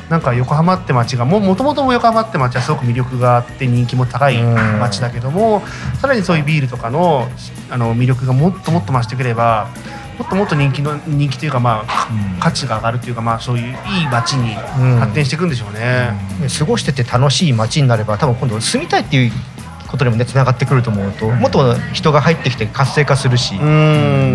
なんか横浜って街がももともとも横浜って街はすごく魅力があって人気も高い街だけども、さらにそういうビールとかのあの魅力がもっともっと増してくればもっともっと人気の人気というか、まあ、うん、価値が上がるというか、まあ、そういういい街に発展していくんでしょうね、 うんうん、過ごしてて楽しい街になれば多分今度住みたいっていうことにもねつながってくると思うと、うん、もっと人が入ってきて活性化するし、 うん、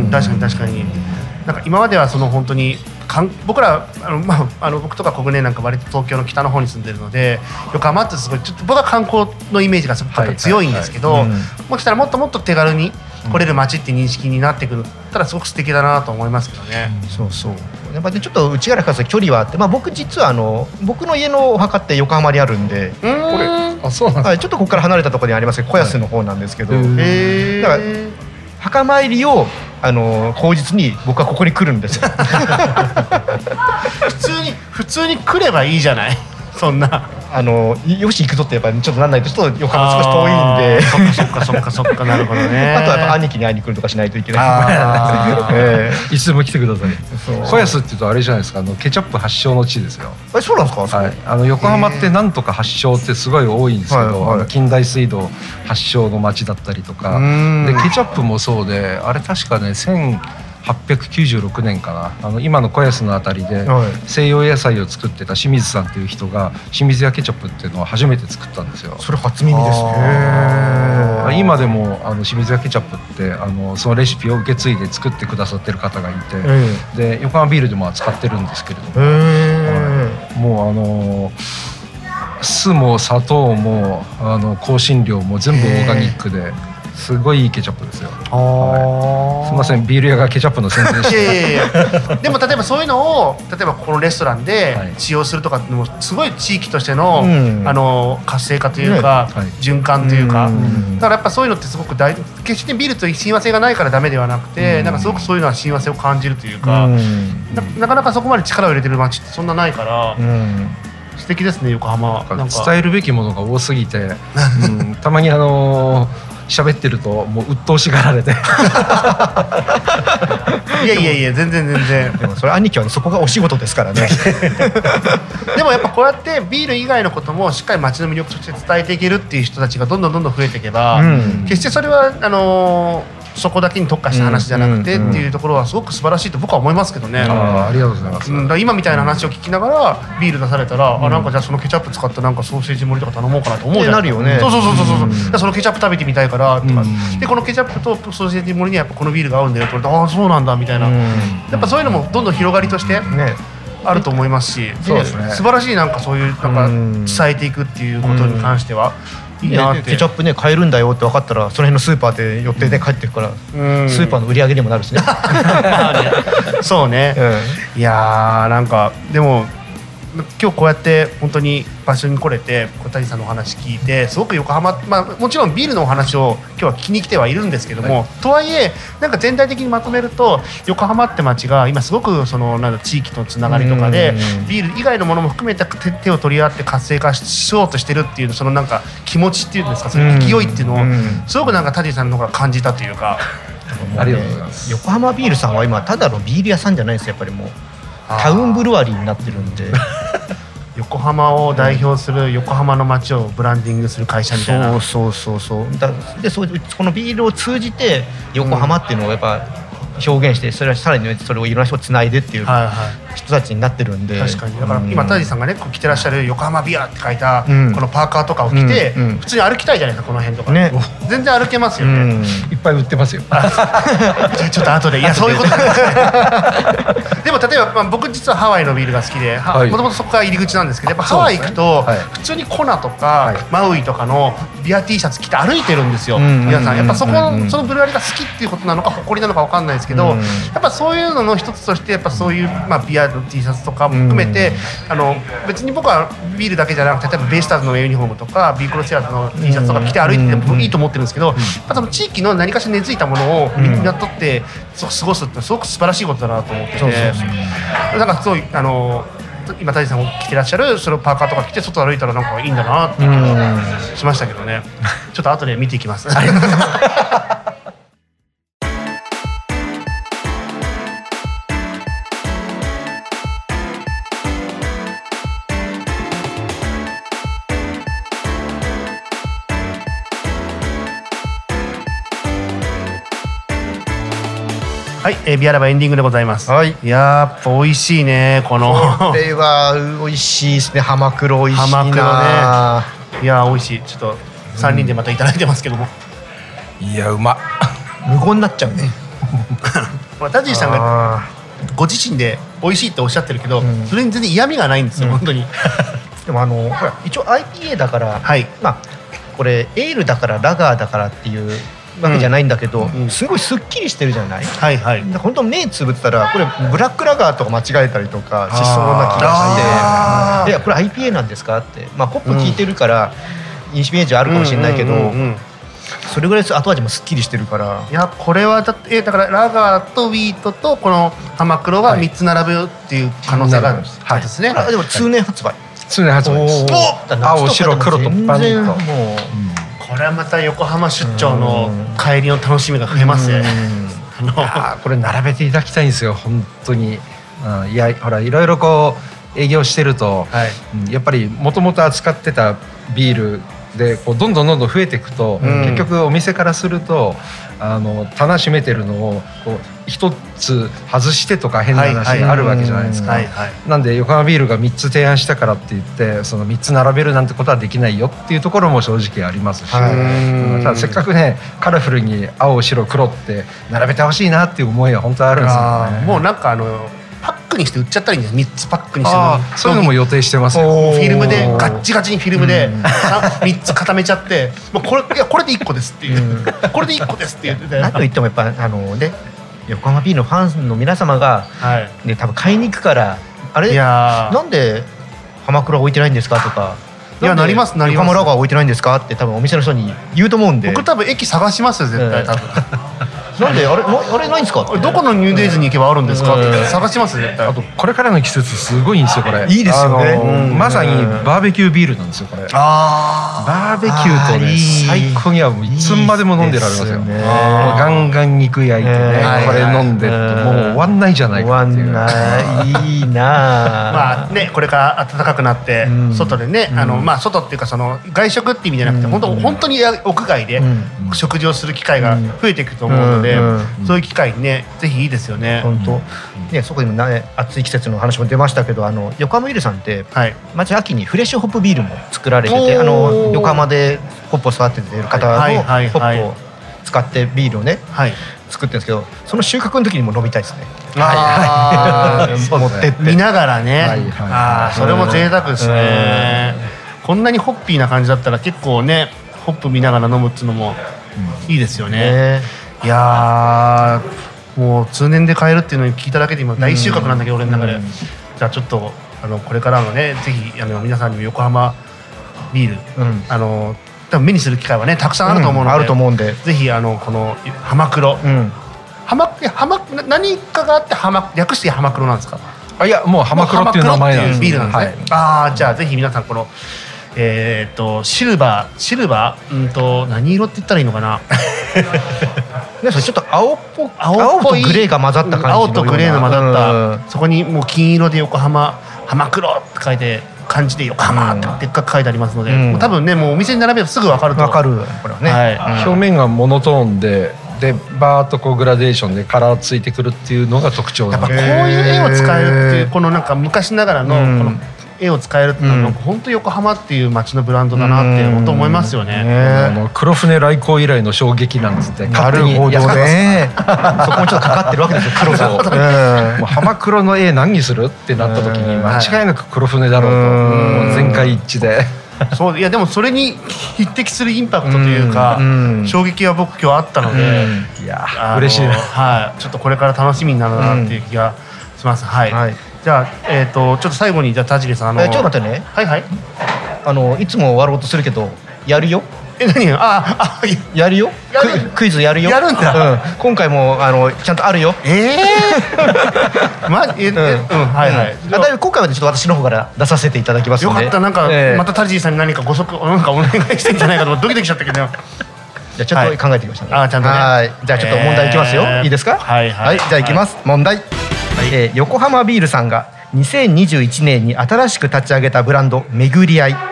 確かに確かになんか今まではその本当に僕らあの、まあ、あの僕とか小舟なんか割と東京の北の方に住んでるので横浜ってすごいちょっと僕は観光のイメージがすごく強いんですけど、はいはいはい、もしかしたらもっともっと手軽に来れる街って認識になってくるったらすごく素敵だなと思いますけどね、 うん、そうそうやっぱりちょっと内からから距離はあって、まあ、僕実はあの僕の家のお墓って横浜にあるんでこれあそうなんですか、はい、ちょっとここから離れたところにありますけど小安の方なんですけど、はい、へだから墓参りをあの口実に僕はここに来るんですよ普通に普通に来ればいいじゃないそんなあのよし行くぞってやっぱちょっとなんないとちょっと横浜少し遠いんでそっかそっかそっかそっかなるほどねあとはやっぱ兄貴に会いに来るとかしないといけない、 えー、いつでも来てください小安っていうとあれじゃないですかあのケチャップ発祥の地ですよえそうなんですか、 はい、あの横浜ってなんとか発祥ってすごい多いんですけど、はいはい、あの近代水道発祥の町だったりとかでケチャップもそうであれ確かねせんはっぴゃくきゅうじゅうろくねんかなあの今の小安のあたりで西洋野菜を作ってた清水さんっていう人が清水屋ケチャップっていうのを初めて作ったんですよ。 それ初耳ですね。 今でもあの清水屋ケチャップってあのそのレシピを受け継いで作ってくださってる方がいてで横浜ビールでも使ってるんですけれども、はい、もうあの酢も砂糖もあの香辛料も全部オーガニックですごいいいケチャップですよ。はい、すみませんビール屋がケチャップの宣伝していやいやいやでも例えばそういうのを例えばここのレストランで使用するとかってもすごい地域としての、うん、あの活性化というか、ねはい、循環というか、うん、だからやっぱそういうのってすごく大決してビールと親和性がないからダメではなくて、うん、なんかすごくそういうのは親和性を感じるというか、うん、な, なかなかそこまで力を入れてる街ってそんなないから、うん素敵ですね横浜。 なんか伝えるべきものが多すぎて、うん、たまにあのー喋ってるともう鬱陶しがられていやいやいや全然全然でもそれ兄貴は、ね、そこがお仕事ですからねでもやっぱこうやってビール以外のこともしっかり街の魅力として伝えていけるっていう人たちがどんどんどんどん増えていけば、うん、決してそれはあのーそこだけに特化した話じゃなくてっていうところはすごく素晴らしいと僕は思いますけどね。 あ, ありがとうございます、 うん、だ今みたいな話を聞きながらビール出されたら、うん、あなんかじゃあそのケチャップ使ったなんかソーセージ盛りとか頼もうかなと思うじゃん、 なるよね。 そうそうそうそうそう、うん、そのケチャップ食べてみたいからとか、うん、でこのケチャップとソーセージ盛りにはやっぱこのビールが合うんだよって言われてああそうなんだみたいな、うん、やっぱそういうのもどんどん広がりとして、ねあると思いますし、そうですね、素晴らしいなんかそういうなんか伝えていくっていうことに関しては、いいなって。 ケチャップね買えるんだよって分かったらその辺のスーパーで寄ってね帰ってくから、うん、スーパーの売り上げにもなるしね。まあねそうね、うん、いやーなんかでも今日こうやって本当に場所に来れて小谷さんのお話聞いてすごく横浜、まあ、もちろんビールのお話を今日は聞きに来てはいるんですけども、はい、とはいえなんか全体的にまとめると横浜って街が今すごくそのなんか地域とのつながりとかでビール以外のものも含めて手を取り合って活性化しようとしてるっていうそのなんか気持ちっていうんですか、その勢いっていうのをすごくなんか谷さんの方が感じたというか。 ありがとうございます。 横浜ビールさんは今ただのビール屋さんじゃないですやっぱりもうタウンブルワリーになってるんで横浜を代表する横浜の街をブランディングする会社みたいな。 そうそうそうそうだでそうこのビールを通じて横浜っていうのをやっぱ表現してそれはさらにそれをいろんな人をつないでっていう人たちになってるんで、 確かにだから今田地さんがね着てらっしゃる横浜ビアって書いたこのパーカーとかを着て普通に歩きたいじゃないですかこの辺とか、ね、全然歩けますよね。 いっぱい売ってますよ。 じゃあちょっと後でいやそういうことでも例えば、まあ、僕実はハワイのビールが好きでもともとそこが入り口なんですけどやっぱハワイ行くと普通にコナとかマウイとかのビア T シャツ着て歩いてるんですよ皆さん。やっぱそこのそのブルワリーが好きっていうことなのか誇りなのか分かんないですけど、やっぱそういうのの一つとしてやっぱそういう、まあ、ビアの T シャツとかも含めて、あの別に僕はビールだけじゃなくて例えばベイスターズのユニフォームとかビークロセアーズの T シャツとか着て歩いててもいいと思ってるんですけど、やっぱその地域の何かしら根付いたものをみんなとって過ごすってすごく素晴らしいことだなと思ってて、なんかすごいあの今谷さんが着てらっしゃるそのパーカーとか着て外歩いたらなんかいいんだなって気しましたけどね。ちょっと後で見ていきます。 、えー、ビアラバエンディングでございます。 はい、 いややっぱ美味しいねこの。 これは美味しいですね。浜黒美味しいな。 浜黒ね。いや美味しい。ちょっと三人でまたいただいてますけども。 うん、いやうま。 無言になっちゃうね。 まあタジーさんがご自身で美味しいっておっしゃってるけど、うん、それに全然嫌味がないんですよ、うん、本当に。 でもあのほら一応 アイピーエー だから、 はい、 まあこれエールだからラガーだからっていうわけじゃないんだけど、うん、すごいすっきりしてるじゃない。 はいはい。 本当目つぶったらこれブラックラガーとか間違えたりとかしそうな気がして、いやこれ アイピーエー なんですかって、まあホップ効いてるからインシメージあるかもしれないけど、それぐらい後味もすっきりしてるから。 いやこれはだってだからラガーとウィートとこの浜黒がみっつ並ぶっていう可能性があるんですね。 でも通年発売。 通年発売です。青白黒とパンと。もうこれはまた横浜出張の帰りの楽しみが増えますね。 あこれ並べていただきたいんですよ本当に。うん、いやほらいろいろこう営業してると、はい、やっぱりもともと扱ってたビールでこうどんどんどんどん増えていくと、うん、結局お店からするとあの棚閉めてるのをこう一つ外してとか変な話があるわけじゃないですか。なんで横浜ビールがみっつ提案したからって言ってそのみっつ並べるなんてことはできないよっていうところも正直ありますし、ただせっかくねカラフルに青白黒って並べてほしいなっていう思いは本当あるんですよね。 もうなんかあのパックにして売っちゃったらいいんです。みっつパックにしてもそういうのも予定してますよ。 フィルムでガッチガチにフィルムでみっつ固めちゃってもうこれいやこれでいっこですっていう、うん、これでいっこですって言って何と言ってもやっぱあのね横浜ビールのファンの皆様が、はいね、多分買いに行くからあれなんで浜黒置いてないんですかとか。 いやなりますなります。 横浜ラガー置いてないんですかって多分お店の人に言うと思うんで。 僕多分駅探しますよ絶対多分。 なんであれあれないんですか。 どこのニューデイズに行けばあるんですかって探します絶対。 あとこれからの季節すごいんですよこれ。 いいですよね。 まさにバーベキュービールなんですよこれ。あバーベキューとね最高にはもういつまでも飲んでられますよ。ガンガン肉焼いてねこれ飲んでってもう終わんないじゃないかっていう。 終わんないいいな。 まあねこれから暖かくなって外でねあのまあ外っていうかその外食って意味じゃなくて本当本当に屋外で食事をする機会が増えていくと思うので。そういう機会ねぜひいいですよね。 本当。ねそこにもね暑い季節の話も出ましたけどあの横浜ビールさんって毎年秋にフレッシュホップビールも作られててあの横浜でホップを育てている方のホップを使ってビールをね作ってるんですけどその収穫の時にも飲みたいですね。 はいはい。持ってって見ながらね。ああそれも贅沢ですね。こんなにホッピーな感じだったら結構ねホップ見ながら飲むっていうのもいいですよね。いやもう通年で買えるっていうのに聞いただけで今大収穫なんだけど俺の中で。じゃあちょっとあのこれからのねぜひあの皆さんにも横浜ビールあの多分目にする機会はねたくさんあると思うので、 あると思うんでぜひあのこの浜黒浜浜何かがあって浜略して浜黒なんですか。 あいやもう浜黒っていう名前なんです。 ビールなんですね。ああじゃあぜひ皆さんこのえっとシルバーシルバーうんと何色って言ったらいいのかな。 ちょっと青っぽ青とグレーが混ざった感じの青とグレーの混ざったそこにもう金色で横浜浜黒って書いて漢字で横浜ってでっかく書いてありますので多分ねもうお店に並べばすぐ分かると分かるこれはね。 表面がモノトーンででバーッとこうグラデーションでカラーついてくるっていうのが特徴なんで。 やっぱこういう絵を使えるっていうこのなんか昔ながらのこの絵を使えるっていうのは本当横浜っていう街のブランドだなって本当思いますよね。 あの黒船来航以来の衝撃なんですって。 なるほどね。そこもちょっとかかってるわけですよ黒が。 もう浜黒の絵何にするってなった時に間違いなく黒船だろうと全会一致で。 そういやでもそれに匹敵するインパクトというか衝撃は僕今日あったのでいや嬉しいな。 はいちょっとこれから楽しみになるなっていう気がします。はい。じゃあ、えー、とちょっと最後にじゃあ田尻さんあのえー、ちょっと待ってね。 はいはい。 あのいつも終わろうとするけどやるよ。 え何ああやるよ。クイズやるよ。 やるんだ。 うん、今回もあのちゃんとあるよ。 ええー。まえうん、うん、はいはい。 だいぶ今回はちょっと私の方から出させていただきますので。 よかったなんか、えー、また田尻さんに何かご足なんかお願いしてんじゃないかとドキドキしちゃったけど。 じゃあちょっと考えてきましたね。 あちゃんとね。 はい。じゃあちょっと問題いきますよ。いいですか。 はいはい。 じゃあいきます。問題。えー、横浜ビールさんがにせんにじゅういちねんに新しく立ち上げたブランドめぐりあい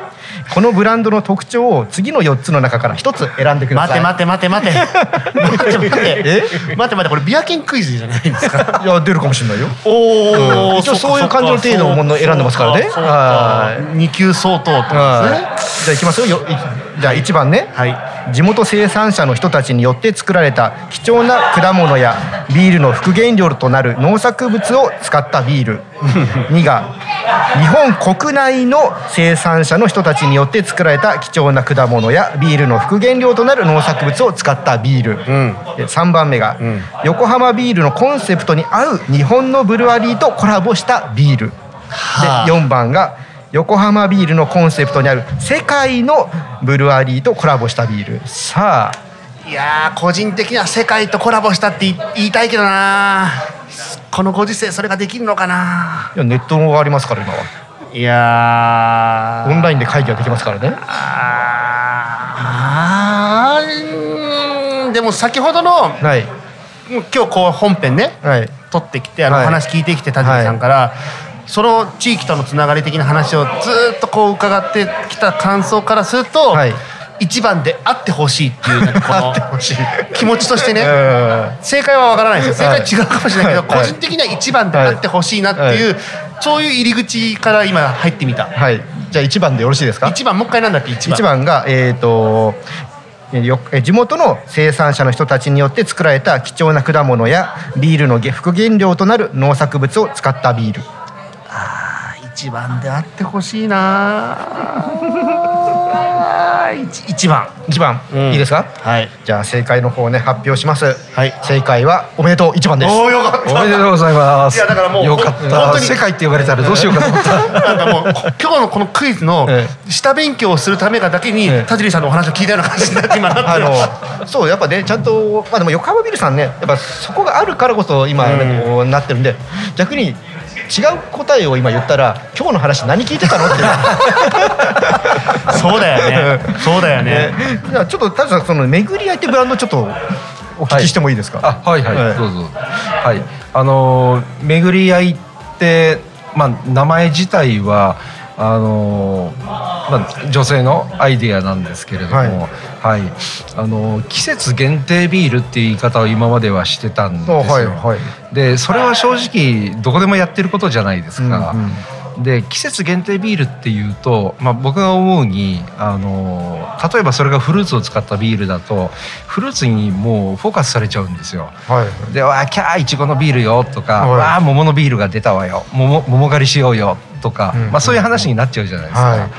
このブランドの特徴を次のよっつの中からひとつ選んでください。 待て待て待て待て待て待てえ待て待てこれビアキンクイズじゃないんですか？ いや出るかもしれないよ。 おお、 一応そういう感じの程度のものを選んでますからね。 に級相当ってことですね。 じゃあいきますよ。じゃあいちばんね、はい、地元生産者の人たちによって作られた貴重な果物やビールの副原料となる農作物を使ったビールにが日本国内の生産者の人たちによって作られた貴重な果物やビールの副原料となる農作物を使ったビール、うん、さんばんめが、うん、横浜ビールのコンセプトに合う日本のブルワリーとコラボしたビール、はあ、でよんばんが横浜ビールのコンセプトにある世界のブルワリーとコラボしたビール。さあ、 いやー個人的には世界とコラボしたって言いたいけどな、このご時世それができるのかな。 いやネットがありますから今は。 いやオンラインで会議ができますからね。 ああでも先ほどの、はい、今日こう本編ね、はい、撮ってきてあの、はい、話聞いてきて田尻さんから、はいその地域とのつながり的な話をずっとこう伺ってきた感想からすると、はい、いちばんであってほしいっていうなんかこの気持ちとしてね正解はわからないですよ。正解違うかもしれないけど、はい、個人的にはいちばんであってほしいなっていう、はい、そういう入り口から今入ってみた。 はい、じゃあいちばんでよろしいですか？ いちばんもう一回なんだっけ？いちばん、 いちばんがえっと地元の生産者の人たちによって作られた貴重な果物やビールの副原料となる農作物を使ったビール。 あーいちばんであってほしいないちばんいちばん、うん、いいですか？はい、じゃあ正解の方ね発表します、はい、正解はおめでとういちばんです。 おーよかった、おめでとうございます。 いやだからもうよかった。世界って言われたらどうしようかと思ったなんかもう今日のこのクイズの下勉強をするためがだけに、ええ、田尻さんのお話を聞いたような感じになって今なってるあのそうやっぱねちゃんと、まあ、でも横浜ビルさんねやっぱそこがあるからこそ今、ね、こうなってるんで逆に違う答えを今言ったら今日の話何聞いてたのってそうだよねそうだよね。 じゃあちょっと田尻さんその巡り合いってブランドちょっとお聞きしてもいいですか？ はい、あはいはい、はい、どうぞ。はいあのー、巡り合いってまあ名前自体はあのーまあ、女性のアイデアなんですけれども、はいはいあのー、季節限定ビールっていう言い方を今まではしてたんですよ、はいはい、でそれは正直どこでもやってることじゃないですか、うんうん、で季節限定ビールっていうと、まあ、僕が思うにあの例えばそれがフルーツを使ったビールだとフルーツにもうフォーカスされちゃうんですよ、はい、でわーキャーいちごのビールよとか、はい、わー桃のビールが出たわよ桃、桃狩りしようよとか、うんまあ、そういう話になっちゃうじゃないですか、はい、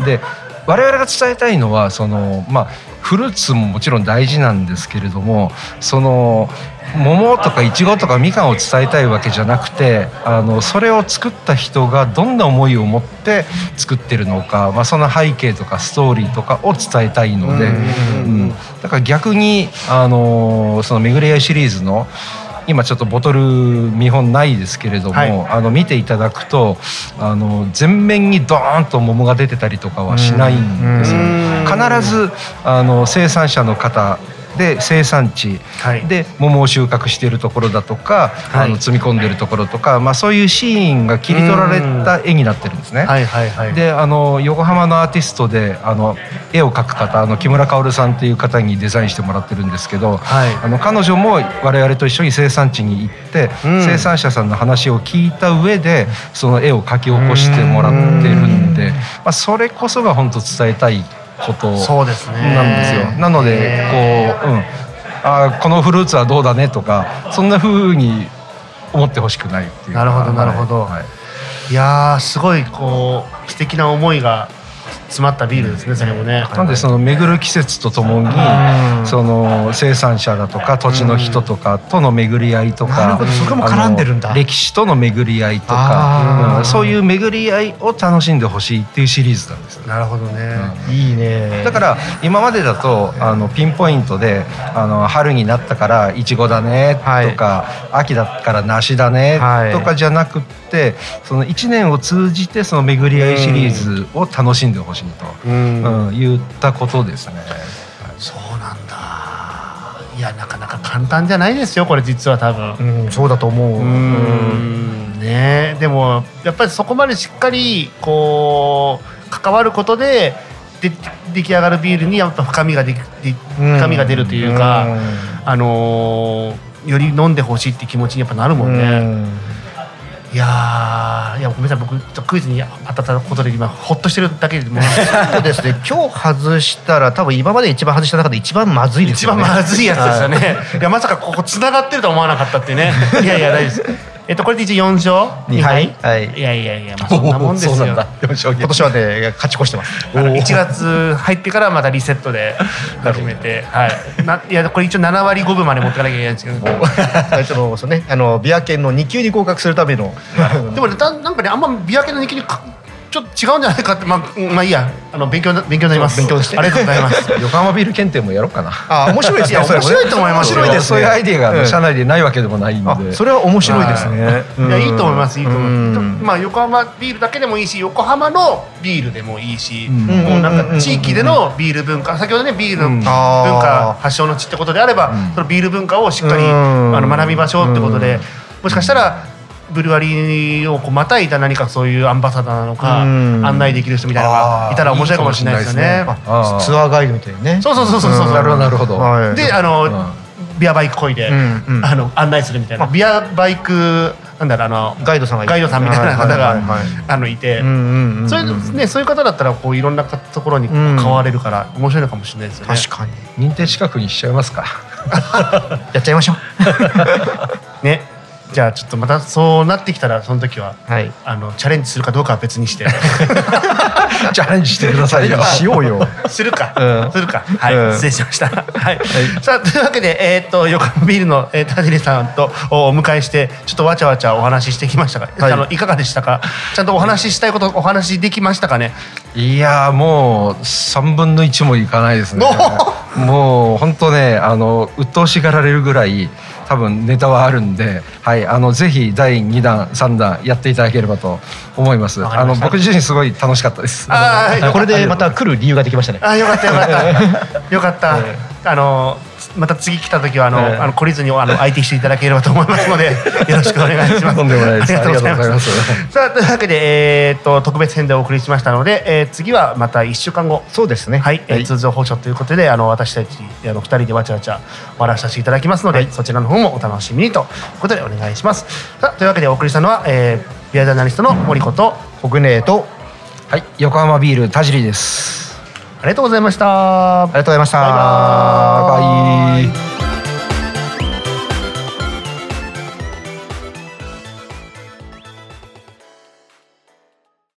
で我々が伝えたいのはその、まあ、フルーツももちろん大事なんですけれどもその桃とかイチゴとかみかんを伝えたいわけじゃなくてあのそれを作った人がどんな思いを持って作ってるのか、まあ、その背景とかストーリーとかを伝えたいので、うん、だから逆にあのその巡り合いシリーズの今ちょっとボトル見本ないですけれども、はい、あの見ていただくとあの全面にドーンと桃が出てたりとかはしないんですよ。必ずあの生産者の方で生産地で桃を収穫しているところだとか、はい、あの積み込んでいるところとか、まあ、そういうシーンが切り取られた絵になってるんですね。はいはいはい、であの横浜のアーティストであの絵を描く方あの木村薫さんという方にデザインしてもらってるんですけど、はい、あの彼女も我々と一緒に生産地に行って、うん、生産者さんの話を聞いた上でその絵を描き起こしてもらってるんで、まあ、それこそが本当伝えたいことなんですよ。そうですね。なのでこう、うん、あこのフルーツはどうだねとかそんな風に思ってほしくないっていう。 なるほどなるほど、はい、いやすごいこう素敵な思いが詰まったビールですね。それもね。 なんでその巡る季節とともにその生産者だとか土地の人とかとの巡り合いとか、 それも絡んでるんだ。 歴史との巡り合いとか、うん、そういう巡り合いを楽しんでほしいっていうシリーズなんですよ。 なるほどね、 うん、いいね。 だから今までだとあのピンポイントであの春になったからイチゴだねとか、はい、秋だから梨だねとかじゃなくて、そのいちねんを通じてその巡り合いシリーズを楽しんでほしいと、うんうん、言ったことですね。 そうなんだ。いやなかなか簡単じゃないですよこれ実は多分、 うん、そうだと思う。うん、 ね、でもやっぱりそこまでしっかりこう関わることでで出来上がるビールにやっぱ深みがで深みが出るというか、あのー、より飲んでほしいって気持ちにやっぱなるもんね。うんいやいやごめんなさい僕クイズに当たったことで今ホッとしてるだけでもそうですね今日外したら多分今まで一番外した中で一番まずいですよね。 一番まずいやつですよね。いやまさかここつながってるとは思わなかったってね。いやいや大丈夫です。えっとこれで一応よん勝にはいはいいやいやいやまあそんなもんですよ。今年はね勝ち越してます。 いちがつ入ってからまたリセットで始めてはいないやこれ一応ななわりごぶまで持ってかなきゃいけないんですけどそのそうねあのビア研のに級に合格するためのでもねなんかねあんまビア研のに級にちょっと違うんじゃないかってまあまあいいやあの勉強勉強になります。 勉強してありがとうございます。 横浜ビール検定もやろうかな。 あ面白いですね。 面白いと思いますよ。 面白いです。そういうアイデアが社内でないわけでもないんで。 それは面白いですね。 いやいいと思いますいいと思います。まあ横浜ビールだけでもいいし横浜のビールでもいいしもうなんか地域でのビール文化先ほどねビールの文化発祥の地ってことであればそのビール文化をしっかりあの学びましょうってことでもしかしたらブルワリーをこうまたいだ何かそういうアンバサダーなのか案内できる人みたいなのがいたら面白いかもしれないですね。 ツアーガイドみたいにね。 そうそうそうそうそう。 なるほどなるほど。 であのビアバイクこいであの案内するみたいなビアバイクなんだろうあのガイドさんがガイドさんみたいな方があのいてそういうねそういう方だったらこういろんなところに変われるから面白いのかもしれないですよね。 確かに認定資格にしちゃいますか。 やっちゃいましょう。ね。じゃあちょっとまたそうなってきたらその時は、はい、あのチャレンジするかどうかは別にしてチャレンジしてくださいよ。 しようよ。 するか、うん、するか。はい、うん、失礼しました。はい。はい、さあというわけでえー、っと横浜ビールの、えー、田尻さんとお迎えしてちょっとわちゃわちゃお話ししてきましたが、はい、あのいかがでしたか。ちゃんとお話ししたいことお話しできましたかね。 いやもう三分の一もいかないですね。もう本当ねあの鬱陶しがられるぐらい。多分ネタはあるんで、はい、あのぜひだいにだんさんだんやっていただければと思います。あの僕自身すごい楽しかったです。 あこれでまた来る理由ができましたね。 あよかったよかったよかった。あのまた次来た時はあの、あの懲りずにあの相手していただければと思いますのでよろしくお願いします。 とんでもないです。ありがとうございます。 さあというわけでえっと特別編でお送りしましたので、えー、次はまたいっしゅうかんごそうですね。 はい、はい、通常放送ということであの私たちあのふたりでわちゃわちゃ笑わせていただきますので、はい、そちらの方もお楽しみにということでお願いします。さあというわけでお送りしたのは、えー、ビアジャーナリストの森子と北根とはい横浜ビール田尻です。 ありがとうございました。 ありがとうございました。 バイバイ。